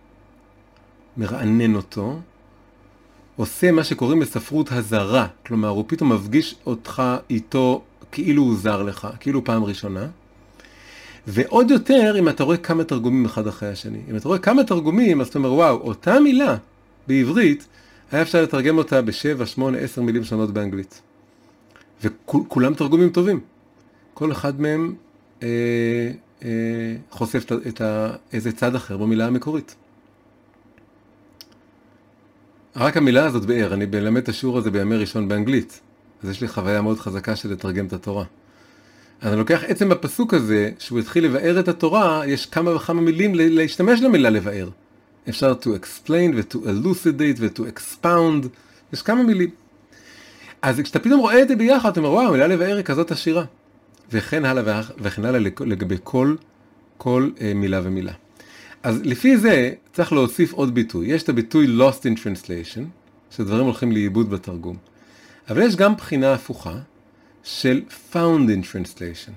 S2: מרענן אותו, עושה מה שקוראים בספרות הזרה, כלומר הוא פתאום מפגיש אותך איתו כאילו הוא זר לך, כאילו פעם ראשונה, ועוד יותר אם אתה רואה כמה תרגומים אחד אחרי השני. אם אתה רואה כמה תרגומים, אז אתה אומר, וואו, אותה מילה בעברית, היה אפשר לתרגם אותה בשבע, שמונה, עשר מילים שונות באנגלית. וכולם תרגומים טובים. כל אחד מהם אה, אה, חושף את, את ה, איזה צד אחר במילה המקורית. רק המילה הזאת באר, אני בלמד את השיעור הזה בימי ראשון באנגלית, אז יש לי חוויה מאוד חזקה של לתרגם את התורה. אז אני לוקח עצם בפסוק הזה, שהוא התחיל לבאר את התורה, יש כמה וכמה מילים להשתמש למילה לבאר. אפשר to explain ו-to elucidate ו-to expound, יש כמה מילים. אז כשאתה פתאום רואה את זה ביחד, אתה אומר, וואו, המילה לבאר היא כזאת עשירה. וכן הלאה וכן הלאה לגבי כל, כל אה, מילה ומילה. אז לפי זה צריך להוסיף עוד ביטוי. יש את הביטוי lost in translation, שדברים הולכים לאיבוד בתרגום. אבל יש גם בחינה הפוכה של found in translation,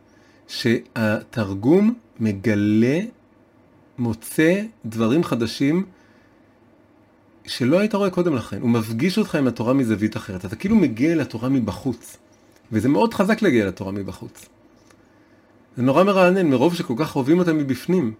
S2: שהתרגום מגלה, מוצא דברים חדשים שלא היית רואה קודם לכן. הוא מפגיש אותך עם התורה מזווית אחרת. אתה כאילו מגיע לתורה מבחוץ, וזה מאוד חזק להגיע לתורה מבחוץ. זה נורא מרענן, מרוב שכל כך אוהבים אותה מבפנים.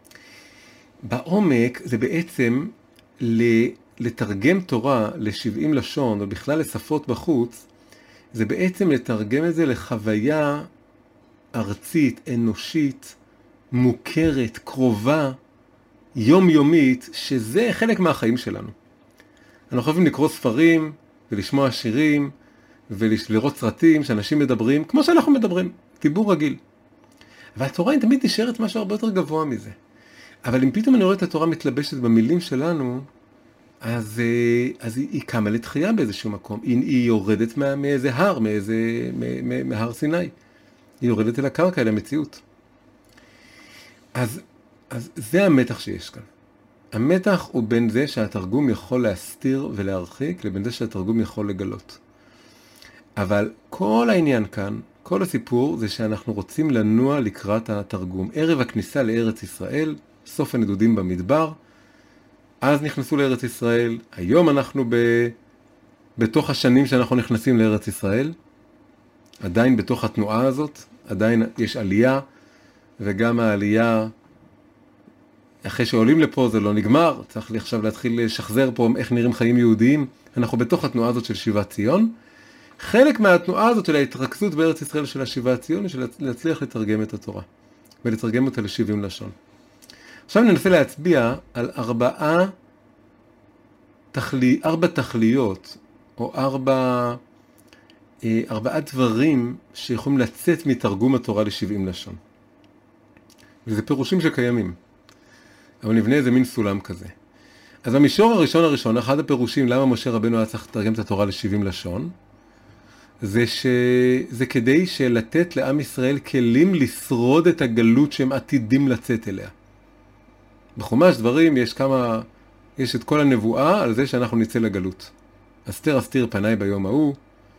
S2: בעומק זה בעצם לתרגם תורה ל-שבעים לשון, או בכלל לשפות בחוץ, זה בעצם לתרגם את זה לחוויה ארצית, אנושית, מוכרת, קרובה, יומיומית, שזה חלק מהחיים שלנו. אנחנו חייבים לקרוא ספרים, ולשמוע שירים, ולראות סרטים שאנשים מדברים, כמו שאנחנו מדברים, דיבור רגיל. והתורה היא תמיד נשארת משהו הרבה יותר גבוה מזה. אבל אם פתאום אני רואה את התורה מתלבשת במילים שלנו, אז, אז היא, היא קמה לתחייה באיזשהו מקום. היא, היא יורדת מה, מאיזה הר, מאיזה, מה, מהר סיני. היא יורדת אל הקרקע, אל המציאות. אז, אז זה המתח שיש כאן. המתח הוא בין זה שהתרגום יכול להסתיר ולהרחיק, לבין זה שהתרגום יכול לגלות. אבל כל העניין כאן, כל הסיפור, זה שאנחנו רוצים לנוע לקראת התרגום. ערב הכניסה לארץ ישראל, סוף הנדודים במדבר, אז נכנסו לארץ ישראל, היום אנחנו ב... בתוך השנים שאנחנו נכנסים לארץ ישראל, עדיין בתוך התנועה הזאת, עדיין יש עלייה, וגם העלייה, אחרי שעולים לפה זה לא נגמר, צריך לי עכשיו להתחיל לשחזר פה איך נראים חיים יהודיים, אנחנו בתוך התנועה הזאת של שיבת ציון. חלק מהתנועה הזאת של ההתרכזות בארץ ישראל של השיבת ציון, היא של להצליח לתרגם את התורה, ולתרגם אותה ל-שבעים לשון. עכשיו ננסה להצביע על ארבעה תכלי, ארבע תכליות, או ארבע, ארבעה דברים שיכולים לצאת מתרגום התורה ל-שבעים לשון. וזה פירושים שקיימים. אבל נבנה איזה מין סולם כזה. אז במישור הראשון הראשון, אחד הפירושים למה משה רבנו היה צריך לתרגם את התורה ל-שבעים לשון, זה שזה כדי שלתת לעם ישראל כלים לשרוד את הגלות שהם עתידים לצאת אליה. בחומש דברים יש כמה, יש את כל הנבואה על זה שאנחנו נצא לגלות. אסתר אסתיר פניי ביום ההוא,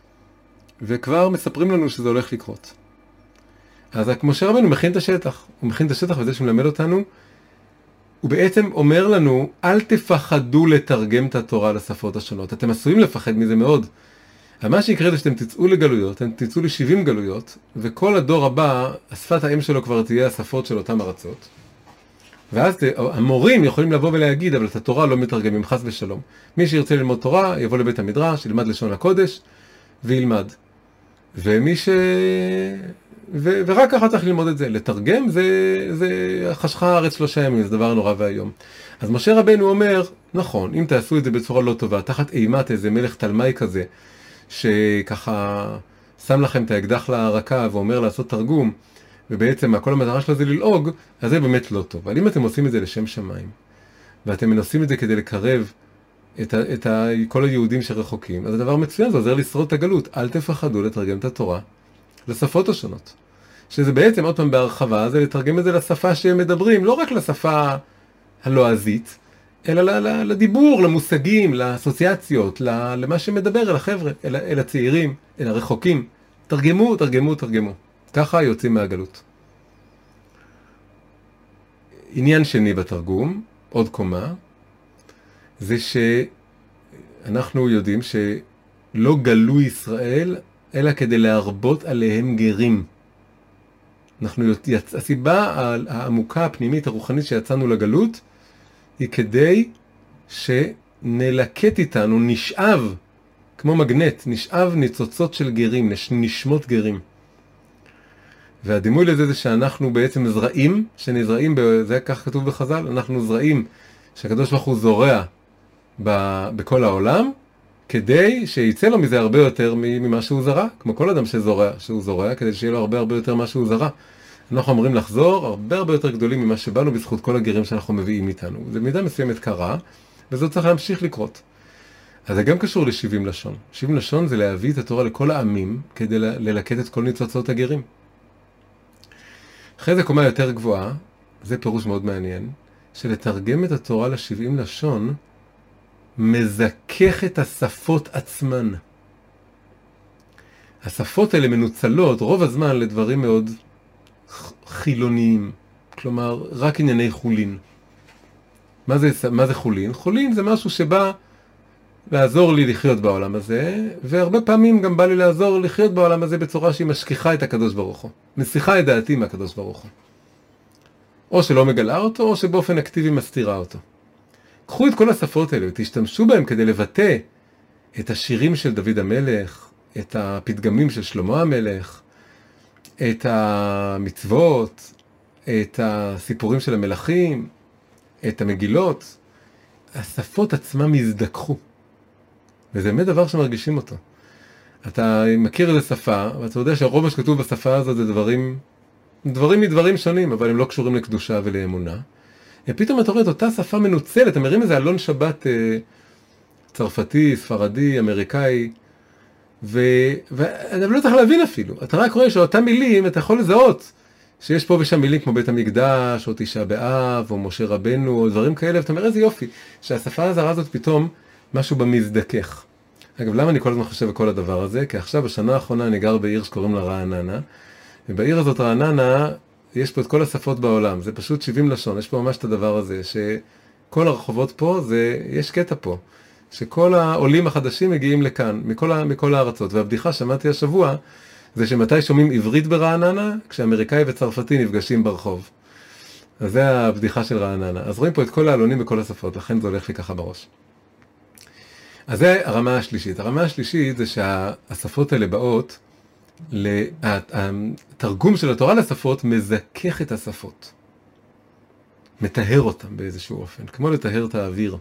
S2: וכבר מספרים לנו שזה הולך לקרות. אז משה רבנו מכין את השטח, הוא מכין את השטח וזה שמלמד אותנו, הוא בעצם אומר לנו, אל תפחדו לתרגם את התורה לשפות השונות, אתם עשויים לפחד מזה מאוד. אבל מה שיקרה זה שאתם תצאו לגלויות, אתם תצאו ל-שבעים גלויות, וכל הדור הבא, השפת האם שלו כבר תהיה השפות של אותם ארצות. ואז המורים יכולים לבוא ולהגיד, אבל את התורה לא מתרגמים, חס ושלום. מי שירצה ללמוד תורה, יבוא לבית המדרש, ילמד לשון הקודש, וילמד. ומי ש... ו... ורק ככה צריך ללמוד את זה. לתרגם זה, זה חשכה הארץ שלושה ימים, זה דבר נורא והיום. אז משה רבנו אומר, נכון, אם תעשו את זה בצורה לא טובה, תחת אימת איזה מלך תלמי כזה, שככה שם לכם את האקדח לרקה ואומר לעשות תרגום, ובעצם כל המטרה שלו זה ללעוג, אז זה באמת לא טוב. אבל אם אתם עושים את זה לשם שמיים, ואתם מנסים את זה כדי לקרב את, ה, את ה, כל היהודים שרחוקים, אז הדבר מצוין, זה עוזר לשרוד את הגלות. אל תפחדו לתרגם את התורה לשפות השונות. שזה בעצם, עוד פעם בהרחבה, זה לתרגם את זה לשפה שהם מדברים, לא רק לשפה הלועזית, אלא לדיבור, למושגים, לאסוציאציות, למה שמדבר אל החבר'ה, אל, אל הצעירים, אל הרחוקים. תרגמו, תרגמו, תרגמו. ככה יוצאים מהגלות. עניין שני בתרגום, עוד קומה, זה שאנחנו יודעים שלא גלו ישראל, אלא כדי להרבות עליהם גרים. אנחנו, הסיבה העמוקה, הפנימית, הרוחנית שיצאנו לגלות, היא כדי שנלקט איתנו, נשאב, כמו מגנט, נשאב ניצוצות של גרים, נשמות גרים. והדימוי לזה זה שאנחנו בעצם זרעים, שנזרעים, זה כך כתוב בחז"ל, אנחנו זרעים שהקדוש ברוך הוא זורע ב, בכל העולם, כדי שיצא לו מזה הרבה יותר ממה שהוא זרע, כמו כל אדם שזורע, שהוא זורע, כדי שיהיה לו הרבה הרבה יותר מה שהוא זרע. אנחנו אמורים לחזור הרבה הרבה יותר גדולים ממה שבאנו בזכות כל הגרים שאנחנו מביאים איתנו. זה מידה מסוימת קרה, וזה צריך להמשיך לקרות. אז זה גם קשור ל-שבעים לשון. שבעים לשון זה להביא את התורה לכל העמים, כדי ללקט את כל ניצוצות הגרים. אחרי זה קומה יותר גבוהה, זה פירוש מאוד מעניין, שלתרגם את התורה ל-שבעים לשון, מזכך את השפות עצמן. השפות האלה מנוצלות רוב הזמן לדברים מאוד חילוניים, כלומר רק ענייני חולין. מה זה, מה זה חולין? חולין זה משהו שבא לעזור לי לחיות בעולם הזה, והרבה פעמים גם בא לי לעזור לחיות בעולם הזה בצורה שהיא משכיחה את הקדוש ברוך הוא, מסיחה את דעתי מהקדוש ברוך הוא. או שלא מגלה אותו, או שבאופן אקטיבי מסתירה אותו. קחו את כל השפות האלה ותשתמשו בהם כדי לבטא את השירים של דוד המלך, את הפתגמים של שלמה המלך, את המצוות, את הסיפורים של המלכים, את המגילות. השפות עצמם יזדכחו. וזה באמת דבר שמרגישים אותו. אתה מכיר איזה שפה, ואתה יודע שהרוב מה שכתוב בשפה הזאת זה דברים, דברים מדברים שונים, אבל הם לא קשורים לקדושה ולאמונה. ופתאום אתה רואה את אותה שפה מנוצלת, אתה מרים איזה אלון שבת אה, צרפתי, ספרדי, אמריקאי, ואתה לא צריך להבין אפילו. אתה רק רואה שאותם מילים, אתה יכול לזהות, שיש פה ושם מילים כמו בית המקדש, או תשעה באב, או משה רבנו, או דברים כאלה, ואתה אומר איזה יופי, שהשפה הזרה הזאת פתאום משהו במזדכך. אגב, למה אני כל הזמן חושב בכל הדבר הזה? כי עכשיו, בשנה האחרונה, אני גר בעיר שקוראים לה רעננה, ובעיר הזאת רעננה, יש פה את כל השפות בעולם, זה פשוט שבעים לשון, יש פה ממש את הדבר הזה, כל הרחובות פה, זה, יש קטע פה, שכל העולים החדשים מגיעים לכאן, מכל, מכל הארצות. והבדיחה שמעתי השבוע, זה שמתי שומעים עברית ברעננה, כשאמריקאי וצרפתי נפגשים ברחוב. אז זה הבדיחה של רעננה. אז רואים פה את כל העלונים בכל השפות, לכן זה הולך לי ככה בראש. אז זה הרמה השלישית. הרמה השלישית זה שהשפות האלה באות, התרגום של התורה לשפות מזכך את השפות. מטהר אותם באיזשהו אופן, כמו לטהר את האוויר.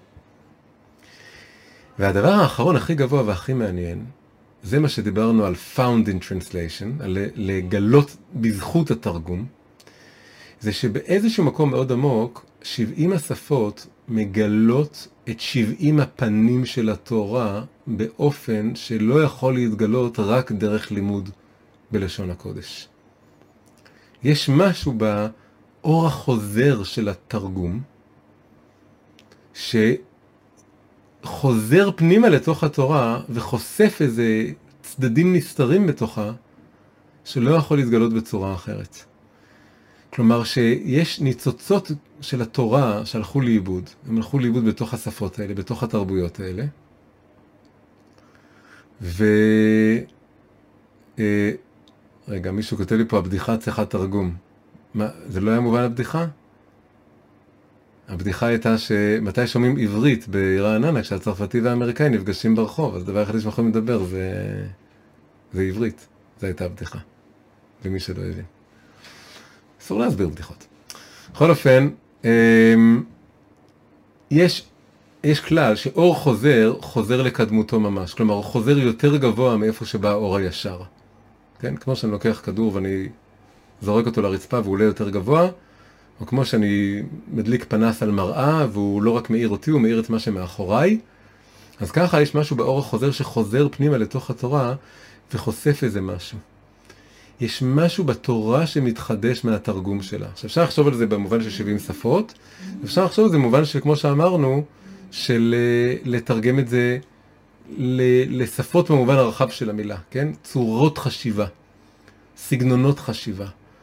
S2: והדבר האחרון הכי גבוה והכי מעניין, זה מה שדיברנו על found in translation, על לגלות בזכות התרגום, זה שבאיזשהו מקום מאוד עמוק, שבעים השפות מגלות את שבעים הפנים של התורה באופן שלא יכול להתגלות רק דרך לימוד בלשון הקודש. יש משהו באור החוזר של התרגום, שחוזר פנימה לתוך התורה וחושף איזה צדדים נסתרים בתוכה, שלא יכול להתגלות בצורה אחרת. כלומר שיש ניצוצות של התורה שהלכו לאיבוד, הם הלכו לאיבוד בתוך השפות האלה, בתוך התרבויות האלה. ו... אה, רגע, מישהו כותב לי פה, הבדיחה צריכה תרגום. מה, זה לא היה מובן הבדיחה? הבדיחה הייתה שמתי שומעים עברית ברעננה, כשהצרפתי והאמריקאי נפגשים ברחוב, אז דבר אחד שיכולים לדבר זה, זה עברית. זו הייתה הבדיחה. למי שלא הבין. אסור להסביר בדיחות. בכל אופן, יש, יש כלל שאור חוזר, חוזר לקדמותו ממש. כלומר, הוא חוזר יותר גבוה מאיפה שבא האור הישר. כן? כמו שאני לוקח כדור ואני זורק אותו לרצפה והוא עולה יותר גבוה, או כמו שאני מדליק פנס על מראה והוא לא רק מאיר אותי, הוא מאיר את מה שמאחוריי. אז ככה יש משהו באור החוזר שחוזר פנימה לתוך התורה וחושף איזה משהו. יש משהו בתורה שמתחדש מהתרגום שלה. עכשיו אפשר לחשוב על זה במובן של שבעים שפות, אפשר לחשוב על זה במובן של, כמו שאמרנו, של לתרגם את זה לשפות במובן הרחב של המילה, כן? צורות חשיבה, סגנונות חשיבה,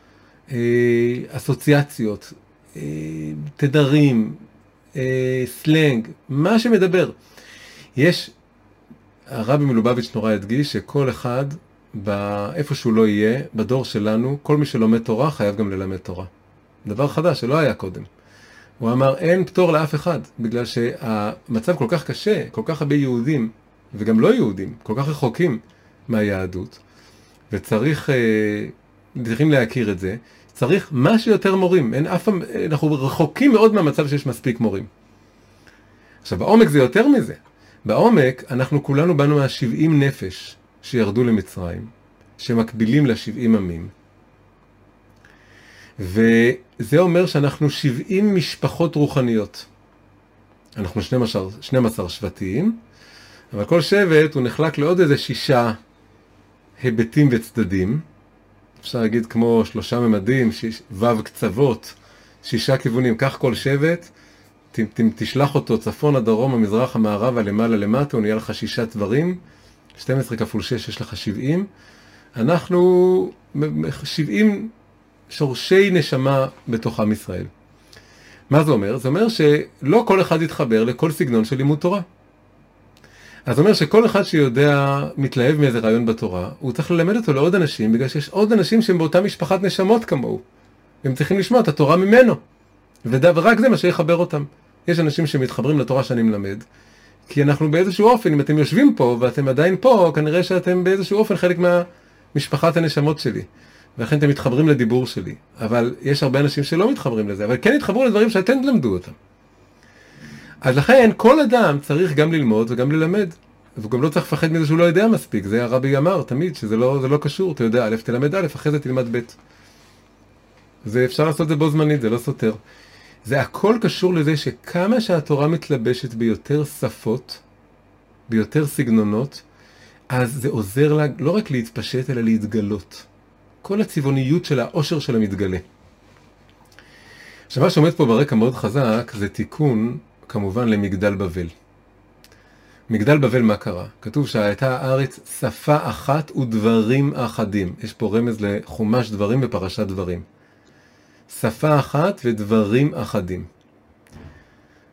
S2: אסוציאציות, תדרים, סלנג, מה שמדבר. יש, הרבי מלובביץ' נורא הדגיש שכל אחד, באיפה שהוא לא יהיה, בדור שלנו, כל מי שלומד תורה חייב גם ללמד תורה. דבר חדש שלא היה קודם. הוא אמר, אין פטור לאף אחד, בגלל שהמצב כל כך קשה, כל כך הרבה יהודים, וגם לא יהודים, כל כך רחוקים מהיהדות, וצריך, צריכים להכיר את זה, צריך מה שיותר מורים. אין אף, אנחנו רחוקים מאוד מהמצב שיש מספיק מורים. עכשיו, בעומק זה יותר מזה. בעומק, אנחנו כולנו באנו מהשבעים נפש שירדו למצרים, שמקבילים לשבעים עמים. וזה אומר שאנחנו שבעים משפחות רוחניות. אנחנו שנים עשר שבטים, אבל כל שבט הוא נחלק לעוד איזה שישה היבטים וצדדים. אפשר להגיד כמו שלושה ממדים, שיש, וו קצוות, שישה כיוונים. כך כל שבט, ת, ת, תשלח אותו צפון, הדרום, המזרח, המערב, למעלה, למטה, הוא נהיה לך שישה דברים. שתים עשרה כפול שש יש לך שבעים. אנחנו שבעים שורשי נשמה בתוך עם ישראל. מה זה אומר? זה אומר שלא כל אחד יתחבר לכל סגנון של לימוד תורה. אז זה אומר שכל אחד שיודע, מתלהב מאיזה רעיון בתורה, הוא צריך ללמד אותו לעוד אנשים, בגלל שיש עוד אנשים שהם באותה משפחת נשמות כמוהו. הם צריכים לשמוע את התורה ממנו. ורק זה מה שיחבר אותם. יש אנשים שמתחברים לתורה שאני מלמד, כי אנחנו באיזשהו אופן, אם אתם יושבים פה ואתם עדיין פה, כנראה שאתם באיזשהו אופן חלק מהמשפחת הנשמות שלי. ולכן אתם מתחברים לדיבור שלי. אבל יש הרבה אנשים שלא מתחברים לזה, אבל כן התחברו לדברים שאתם תלמדו אותם. אז לכן כל אדם צריך גם ללמוד וגם ללמד. והוא גם לא צריך לפחד מזה שהוא לא יודע מספיק. זה הרבי אמר תמיד, שזה לא, זה לא קשור. אתה יודע, א', תלמד א', אחרי זה תלמד ב'. זה אפשר לעשות את זה בו זמנית, זה לא סותר. זה הכל קשור לזה שכמה שהתורה מתלבשת ביותר שפות, ביותר סגנונות, אז זה עוזר לה לא רק להתפשט, אלא להתגלות. כל הצבעוניות של העושר של המתגלה. עכשיו, מה שעומד פה ברקע מאוד חזק, זה תיקון, כמובן, למגדל בבל. מגדל בבל, מה קרה? כתוב שהייתה הארץ שפה אחת ודברים אחדים. יש פה רמז לחומש דברים בפרשת דברים. שפה אחת ודברים אחדים.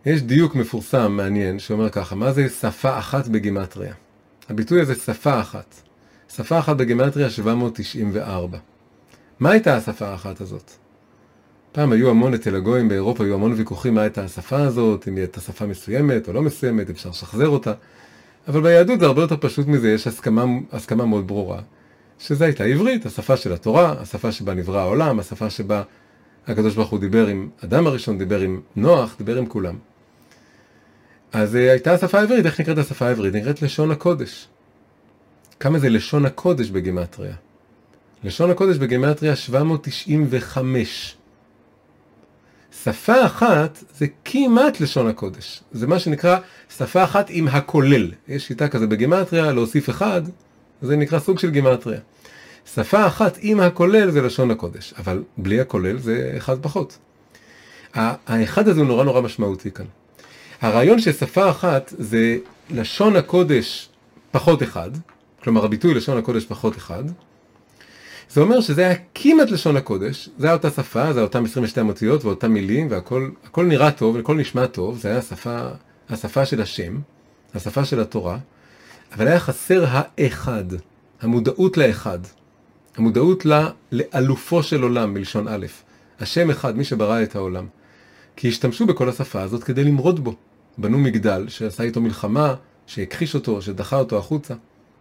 S2: יש דיוק מפורסם מעניין שאומר ככה, מה זה שפה אחת בגימטריה? הביטוי הזה שפה אחת. שפה אחת בגימטריה שבע מאות תשעים וארבע. מה הייתה השפה האחת הזאת? פעם היו המון אצל הגויים באירופה, היו המון ויכוחים מה הייתה השפה הזאת, אם היא הייתה שפה מסוימת או לא מסוימת, אפשר לשחזר אותה. אבל ביהדות זה הרבה יותר פשוט מזה, יש הסכמה, הסכמה מאוד ברורה, שזה הייתה עברית, השפה של התורה, השפה שבה נברא העולם, השפה שבה הקדוש ברוך הוא דיבר עם אדם הראשון, דיבר עם נוח, דיבר עם כולם. אז הייתה השפה העברית. איך נקראת השפה העברית? נקראת לשון הקודש. כמה זה לשון הקודש בגימטריה? לשון הקודש בגימטריה שבע מאות תשעים וחמש. שפה אחת זה כמעט לשון הקודש. זה מה שנקרא שפה אחת עם הכולל. יש שיטה כזה בגימטריה, להוסיף אחד, זה נקרא סוג של גימטריה. שפה אחת עם הכולל זה לשון הקודש, אבל בלי הכולל זה אחד פחות. האחד הזה הוא נורא נורא משמעותי כאן. הרעיון ששפה אחת זה לשון הקודש פחות אחד, כלומר הביטוי לשון הקודש פחות אחד, זה אומר שזה היה כמעט לשון הקודש, זה היה אותה שפה, זה היה אותם עשרים ושתיים אותיות ואותם מילים, והכל הכל נראה טוב, הכל נשמע טוב, זה היה השפה, השפה של השם, השפה של התורה, אבל היה חסר האחד, המודעות לאחד, המודעות לאלופו של עולם מלשון א', השם אחד, מי שברא את העולם. כי השתמשו בכל השפה הזאת כדי למרוד בו. בנו מגדל שעשה איתו מלחמה, שהכחיש אותו, שדחה אותו החוצה.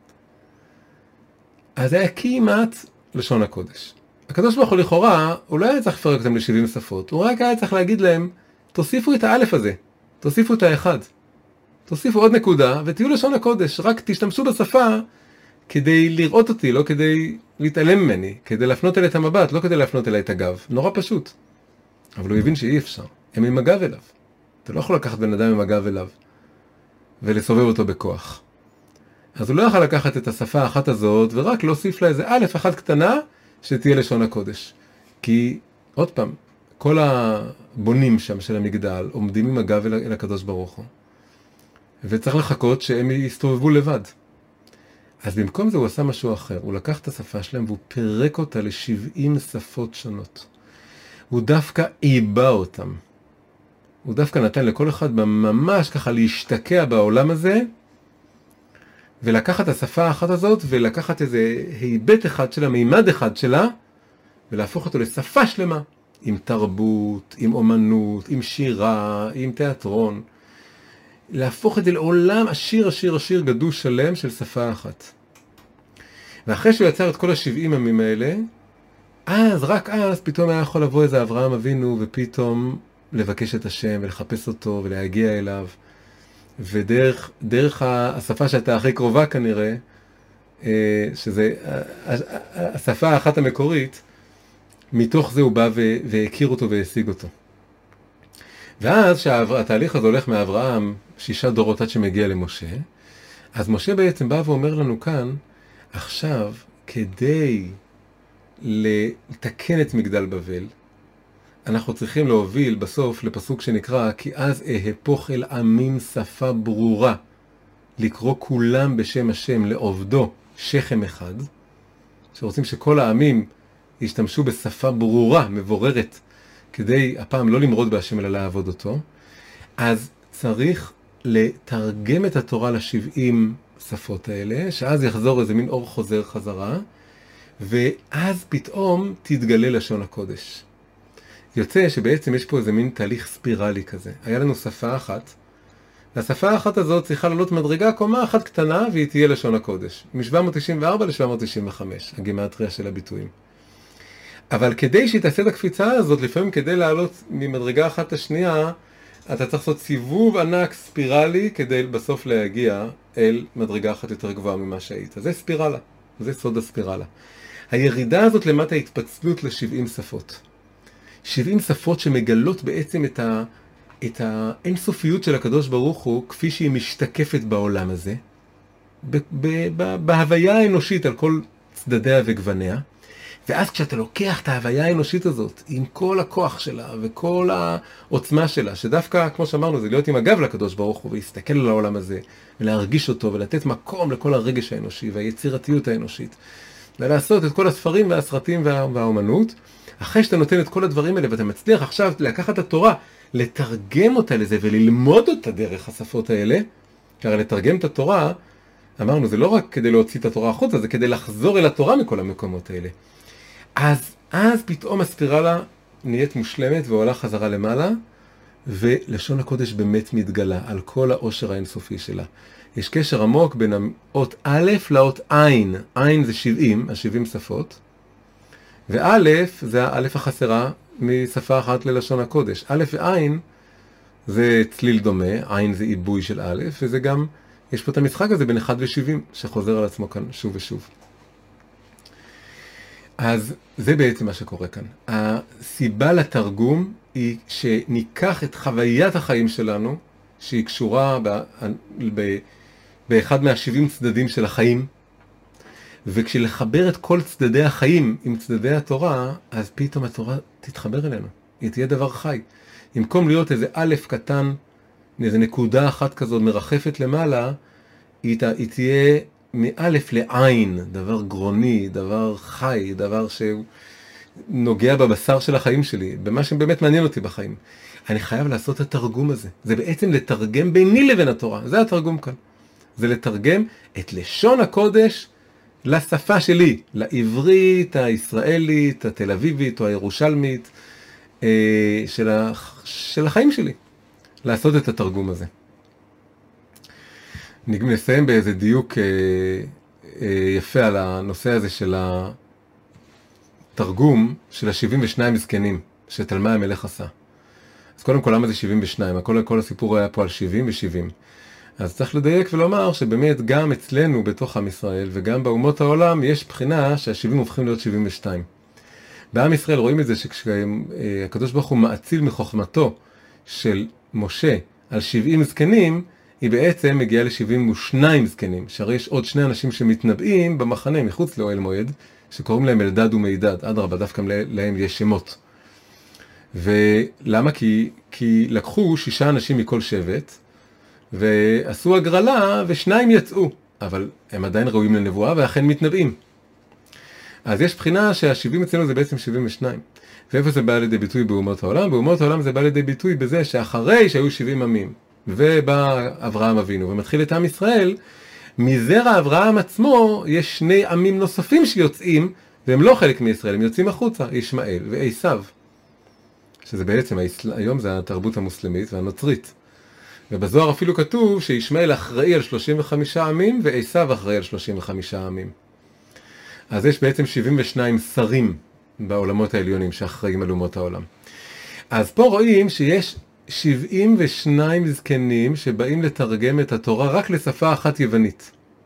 S2: אז זה היה כמעט לשון הקודש. הקדוש ברוך הוא לכאורה, הוא לא היה צריך לפרק אותם ל-שבעים שפות, הוא רק היה צריך להגיד להם, תוסיפו את האלף הזה, תוסיפו את האחד, תוסיפו עוד נקודה ותהיו לשון הקודש, רק תשתמשו בשפה כדי לראות אותי, לא כדי להתעלם ממני, כדי להפנות אליי את המבט, לא כדי להפנות אליי את הגב. נורא פשוט. אבל הוא הבין שאי אפשר. הם עם הגב אליו. אתה לא יכול לקחת בן אדם עם הגב אליו ולסובב אותו בכוח. אז הוא לא יכול לקחת את השפה האחת הזאת ורק להוסיף לה איזה א' אחת קטנה שתהיה לשון הקודש. כי, עוד פעם, כל הבונים שם של המגדל עומדים עם הגב אל, אל הקדוש ברוך הוא. וצריך לחכות שהם יסתובבו לבד. אז במקום זה הוא עשה משהו אחר. הוא לקח את השפה שלהם והוא פירק אותה ל-שבעים שפות שונות. הוא דווקא עיבה אותם. הוא דווקא נתן לכל אחד ממש ככה להשתקע בעולם הזה, ולקחת את השפה האחת הזאת, ולקחת איזה היבט אחד שלה, מימד אחד שלה, ולהפוך אותו לשפה שלמה, עם תרבות, עם אומנות, עם שירה, עם תיאטרון. להפוך את זה לעולם עשיר, עשיר, עשיר, גדוש שלם של שפה אחת. ואחרי שהוא יצר את כל השבעים ימים האלה, אז, רק אז, פתאום היה יכול לבוא איזה אברהם אבינו, ופתאום לבקש את השם, ולחפש אותו, ולהגיע אליו. ודרך דרך השפה שהייתה הכי קרובה כנראה, שזה השפה האחת המקורית, מתוך זה הוא בא והכיר אותו והשיג אותו. ואז שהתהליך הזה הולך מאברהם שישה דורות עד שמגיע למשה, אז משה בעצם בא ואומר לנו כאן, עכשיו כדי לתקן את מגדל בבל, אנחנו צריכים להוביל בסוף לפסוק שנקרא, כי אז אהפוך אל עמים שפה ברורה, לקרוא כולם בשם השם לעובדו שכם אחד, שרוצים שכל העמים ישתמשו בשפה ברורה, מבוררת, כדי הפעם לא למרוד בהשם אלא לעבוד אותו, אז צריך לתרגם את התורה לשבעים שפות האלה, שאז יחזור איזה מין אור חוזר חזרה, ואז פתאום תתגלה לשון הקודש. יוצא שבעצם יש פה איזה מין תהליך ספירלי כזה. היה לנו שפה אחת, והשפה האחת הזאת צריכה לעלות מדרגה קומה אחת קטנה, והיא תהיה לשון הקודש. מ-שבע מאות תשעים וארבע ל-שבע מאות תשעים וחמש, הגימטריה של הביטויים. אבל כדי שהיא תעשה את הקפיצה הזאת, לפעמים כדי לעלות ממדרגה אחת לשנייה, אתה צריך לעשות סיבוב ענק ספירלי, כדי בסוף להגיע אל מדרגה אחת יותר גבוהה ממה שהיית. זה ספירלה, זה סוד הספירלה. הירידה הזאת למטה התפצלות ל-שבעים שפות. שבעים שפות שמגלות בעצם את, ה, את האינסופיות של הקדוש ברוך הוא, כפי שהיא משתקפת בעולם הזה, ב, ב, ב, בהוויה האנושית על כל צדדיה וגווניה, ואז כשאתה לוקח את ההוויה האנושית הזאת, עם כל הכוח שלה וכל העוצמה שלה, שדווקא, כמו שאמרנו, זה להיות עם הגב לקדוש ברוך הוא, ולהסתכל על העולם הזה, ולהרגיש אותו, ולתת מקום לכל הרגש האנושי, והיצירתיות האנושית, ולעשות את כל הספרים והסרטים וה, והאומנות, אחרי שאתה נותן את כל הדברים האלה, ואתה מצליח עכשיו לקחת את התורה, לתרגם אותה לזה וללמוד אותה דרך השפות האלה, כי הרי לתרגם את התורה, אמרנו, זה לא רק כדי להוציא את התורה החוצה, זה כדי לחזור אל התורה מכל המקומות האלה. אז, אז פתאום הספירלה נהיית מושלמת ועולה חזרה למעלה, ולשון הקודש באמת מתגלה על כל העושר האינסופי שלה. יש קשר עמוק בין האות א' לאות עין. עין זה שבעים, השבעים שפות, וא' זה האלף החסרה משפה אחת ללשון הקודש. א' ועין זה צליל דומה, עין זה עיבוי של א', וזה גם, יש פה את המשחק הזה בין אחד ושבעים, שחוזר על עצמו כאן שוב ושוב. אז זה בעצם מה שקורה כאן. הסיבה לתרגום היא שניקח את חוויית החיים שלנו, שהיא קשורה ב, ב, באחד מהשבעים צדדים של החיים, וכשלחבר את כל צדדי החיים עם צדדי התורה, אז פתאום התורה תתחבר אלינו. היא תהיה דבר חי. במקום להיות איזה א' קטן, איזה נקודה אחת כזאת מרחפת למעלה, היא, היא תהיה מאלף לעין, דבר גרוני, דבר חי, דבר שנוגע בבשר של החיים שלי, במה שבאמת מעניין אותי בחיים. אני חייב לעשות את התרגום הזה. זה בעצם לתרגם ביני לבין התורה. זה התרגום כאן. זה לתרגם את לשון הקודש לשפה שלי, לעברית, הישראלית, התל אביבית או הירושלמית של, ה... של החיים שלי. לעשות את התרגום הזה. נסיים באיזה דיוק אה, אה, יפה על הנושא הזה של התרגום של ה-שבעים ושניים זקנים שתלמי המלך עשה. אז קודם כל, למה זה שבעים ושניים? כל, כל הסיפור היה פה על שבעים ו-שבעים. אז צריך לדייק ולומר שבאמת גם אצלנו בתוך עם ישראל וגם באומות העולם יש בחינה שה-שבעים הופכים להיות שבעים ושתיים. בעם ישראל רואים את זה שכשהקדוש ברוך הוא מאציל מחוכמתו של משה על שבעים זקנים, היא בעצם מגיעה ל-שבעים ושניים זקנים, שהרי יש עוד שני אנשים שמתנבאים במחנה מחוץ לאוהל מועד, שקוראים להם אלדד ומידד, אדרבה, דווקא להם יש שמות. ולמה? כי, כי לקחו שישה אנשים מכל שבט, ועשו הגרלה, ושניים יצאו, אבל הם עדיין ראויים לנבואה, ואכן מתנבאים. אז יש בחינה שה-שבעים אצלנו זה בעצם שבעים ושניים. ואיפה זה בא לידי ביטוי באומות העולם? באומות העולם זה בא לידי ביטוי בזה שאחרי שהיו שבעים עמים, ובא אברהם אבינו, ומתחיל את עם ישראל, מזרע אברהם עצמו יש שני עמים נוספים שיוצאים, והם לא חלק מישראל, הם יוצאים החוצה, ישמעאל ועשיו. שזה בעצם, היום זה התרבות המוסלמית והנוצרית. ובזוהר אפילו כתוב שישמעאל אחראי על שלושים וחמישה עמים, ועשיו אחראי על שלושים וחמישה עמים. אז יש בעצם שבעים ושניים שרים בעולמות העליונים שאחראים על אומות העולם. אז פה רואים שיש שבעים ושניים זקנים שבאים לתרגם את התורה רק לשפה אחת יוונית.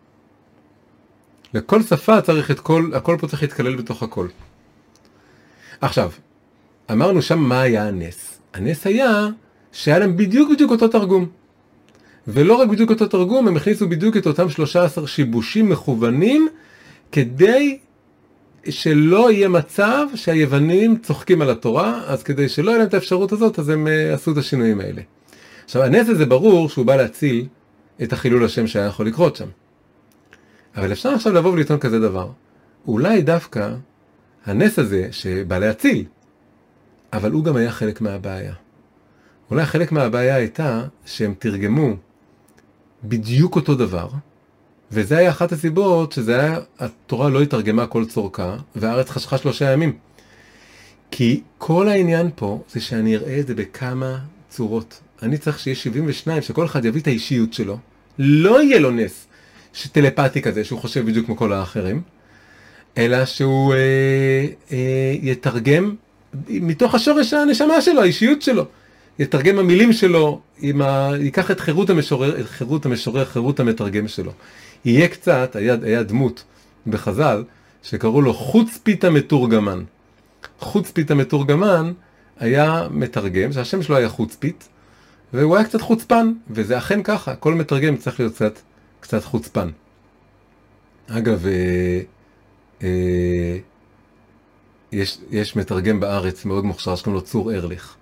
S2: לכל שפה צריך את כל, הכל פה צריך להתכלל בתוך הכל. עכשיו, אמרנו שם מה היה הנס. הנס היה שהיה להם בדיוק בדיוק אותו תרגום. ולא רק בדיוק אותו תרגום, הם הכניסו בדיוק את אותם שלושה עשר שיבושים מכוונים, כדי שלא יהיה מצב שהיוונים צוחקים על התורה, אז כדי שלא יהיה להם את האפשרות הזאת, אז הם uh, עשו את השינויים האלה. עכשיו, הנס הזה ברור שהוא בא להציל את החילול השם שהיה יכול לקרות שם. אבל אפשר עכשיו לבוא ולטעון כזה דבר. אולי דווקא הנס הזה שבא להציל, אבל הוא גם היה חלק מהבעיה. אולי חלק מהבעיה הייתה שהם תרגמו בדיוק אותו דבר, וזה היה אחת הסיבות שזה היה, התורה לא התרגמה כל צורכה, והארץ חשכה שלושה ימים. כי כל העניין פה זה שאני אראה את זה בכמה צורות. אני צריך שיהיה שבעים ושניים, שכל אחד יביא את האישיות שלו. לא יהיה לו נס טלפתי כזה, שהוא חושב בדיוק כמו כל האחרים, אלא שהוא אה, אה, יתרגם מתוך השורש הנשמה שלו, האישיות שלו. יתרגם המילים שלו, ה... ייקח את חירות המשורר, את חירות המשורר, חירות המתרגם שלו. יהיה קצת, היה, היה דמות בחז"ל, שקראו לו חוצפית המתורגמן. חוצפית המתורגמן היה מתרגם, שהשם שלו היה חוצפית, והוא היה קצת חוצפן, וזה אכן ככה, כל מתרגם צריך להיות קצת, קצת חוצפן. אגב, אה, אה, יש, יש מתרגם בארץ מאוד מוכשר, שקוראים לו צור ארליך.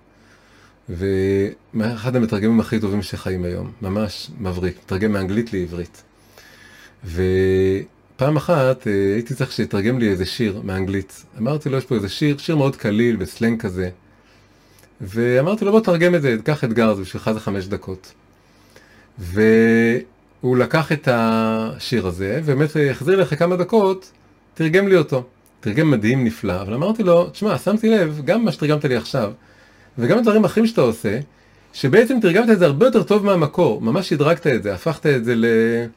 S2: ואחד המתרגמים הכי טובים שחיים היום, ממש מבריק, מתרגם מאנגלית לעברית. ופעם אחת הייתי צריך שיתרגם לי איזה שיר מאנגלית. אמרתי לו, יש פה איזה שיר, שיר מאוד קליל, בסלנג כזה. ואמרתי לו, בוא תרגם את זה, קח אתגר, זה בשבילך זה חמש דקות. והוא לקח את השיר הזה, ובאמת החזיר לך כמה דקות, תרגם לי אותו. תרגם מדהים נפלא, אבל אמרתי לו, תשמע, שמתי לב, גם מה שתרגמת לי עכשיו, וגם הדברים אחרים שאתה עושה, שבעצם תרגמת את זה הרבה יותר טוב מהמקור, ממש הדרגת את זה, הפכת את זה ל...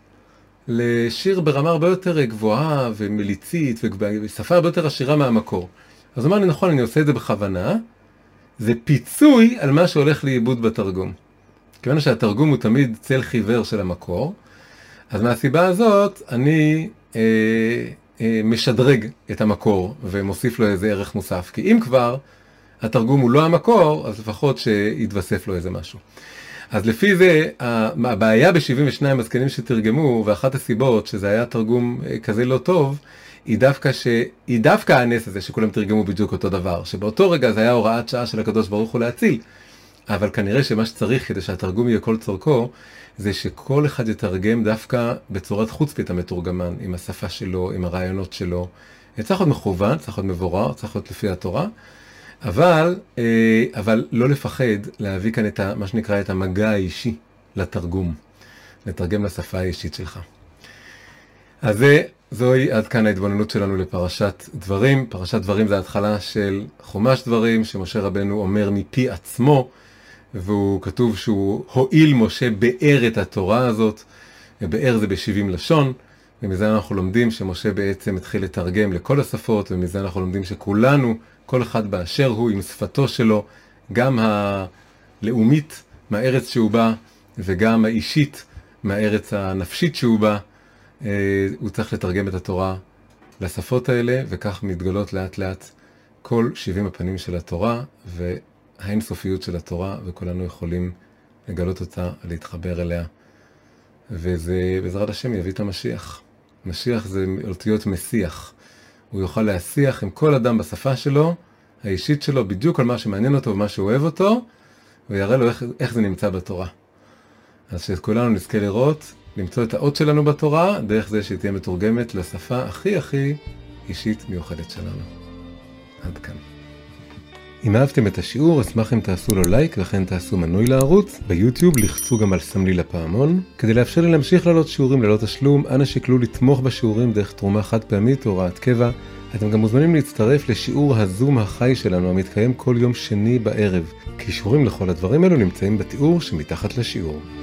S2: לשיר ברמה הרבה יותר גבוהה ומליצית, ושפה הרבה יותר עשירה מהמקור. אז הוא אמר לי, נכון, אני עושה את זה בכוונה, זה פיצוי על מה שהולך לאיבוד בתרגום. כיוון שהתרגום הוא תמיד צל חיוור של המקור, אז מהסיבה הזאת אני אה, אה, משדרג את המקור ומוסיף לו איזה ערך מוסף. כי אם כבר התרגום הוא לא המקור, אז לפחות שיתווסף לו איזה משהו. אז לפי זה, הבעיה ב-שבעים ושניים הזקנים שתרגמו, ואחת הסיבות שזה היה תרגום כזה לא טוב, היא דווקא, ש... היא דווקא הנס הזה שכולם תרגמו בדיוק אותו דבר, שבאותו רגע זה היה הוראת שעה של הקדוש ברוך הוא להציל. אבל כנראה שמה שצריך כדי שהתרגום יהיה כל צורכו, זה שכל אחד יתרגם דווקא בצורת חוצפית המתורגמן, עם השפה שלו, עם הרעיונות שלו. צריך להיות מכוון, צריך להיות מבורר, צריך להיות לפי התורה, אבל, אבל לא לפחד להביא כאן את ה, מה שנקרא את המגע האישי לתרגום, לתרגם לשפה האישית שלך. אז זה, זוהי עד כאן ההתבוננות שלנו לפרשת דברים. פרשת דברים זה התחלה של חומש דברים, שמשה רבנו אומר מפי עצמו, והוא כתוב שהוא הועיל משה באר את התורה הזאת, באר זה ב-שבעים לשון, ומזה אנחנו לומדים שמשה בעצם התחיל לתרגם לכל השפות, ומזה אנחנו לומדים שכולנו, כל אחד באשר הוא עם שפתו שלו, גם הלאומית מהארץ שהוא בא, וגם האישית מהארץ הנפשית שהוא בא, הוא צריך לתרגם את התורה לשפות האלה, וכך מתגלות לאט לאט כל שבעים הפנים של התורה, והאינסופיות של התורה, וכולנו יכולים לגלות אותה, להתחבר אליה. וזה בעזרת השם יביא את המשיח. משיח זה אותיות משיח. הוא יוכל להשיח עם כל אדם בשפה שלו, האישית שלו, בדיוק על מה שמעניין אותו ומה שהוא אוהב אותו, ויראה לו איך, איך זה נמצא בתורה. אז שכולנו נזכה לראות, למצוא את האות שלנו בתורה, דרך זה שתהיה מתורגמת לשפה הכי הכי אישית מיוחדת שלנו. עד כאן. אם אהבתם את השיעור, אשמח אם תעשו לו לייק וכן תעשו מנוי לערוץ. ביוטיוב לחצו גם על סמלי לפעמון. כדי לאפשר לי להמשיך לעלות שיעורים ללא תשלום, אנא שקלו לתמוך בשיעורים דרך תרומה חד פעמית או הוראת קבע. אתם גם מוזמנים להצטרף לשיעור הזום החי שלנו המתקיים כל יום שני בערב. קישורים לכל הדברים האלו נמצאים בתיאור שמתחת לשיעור.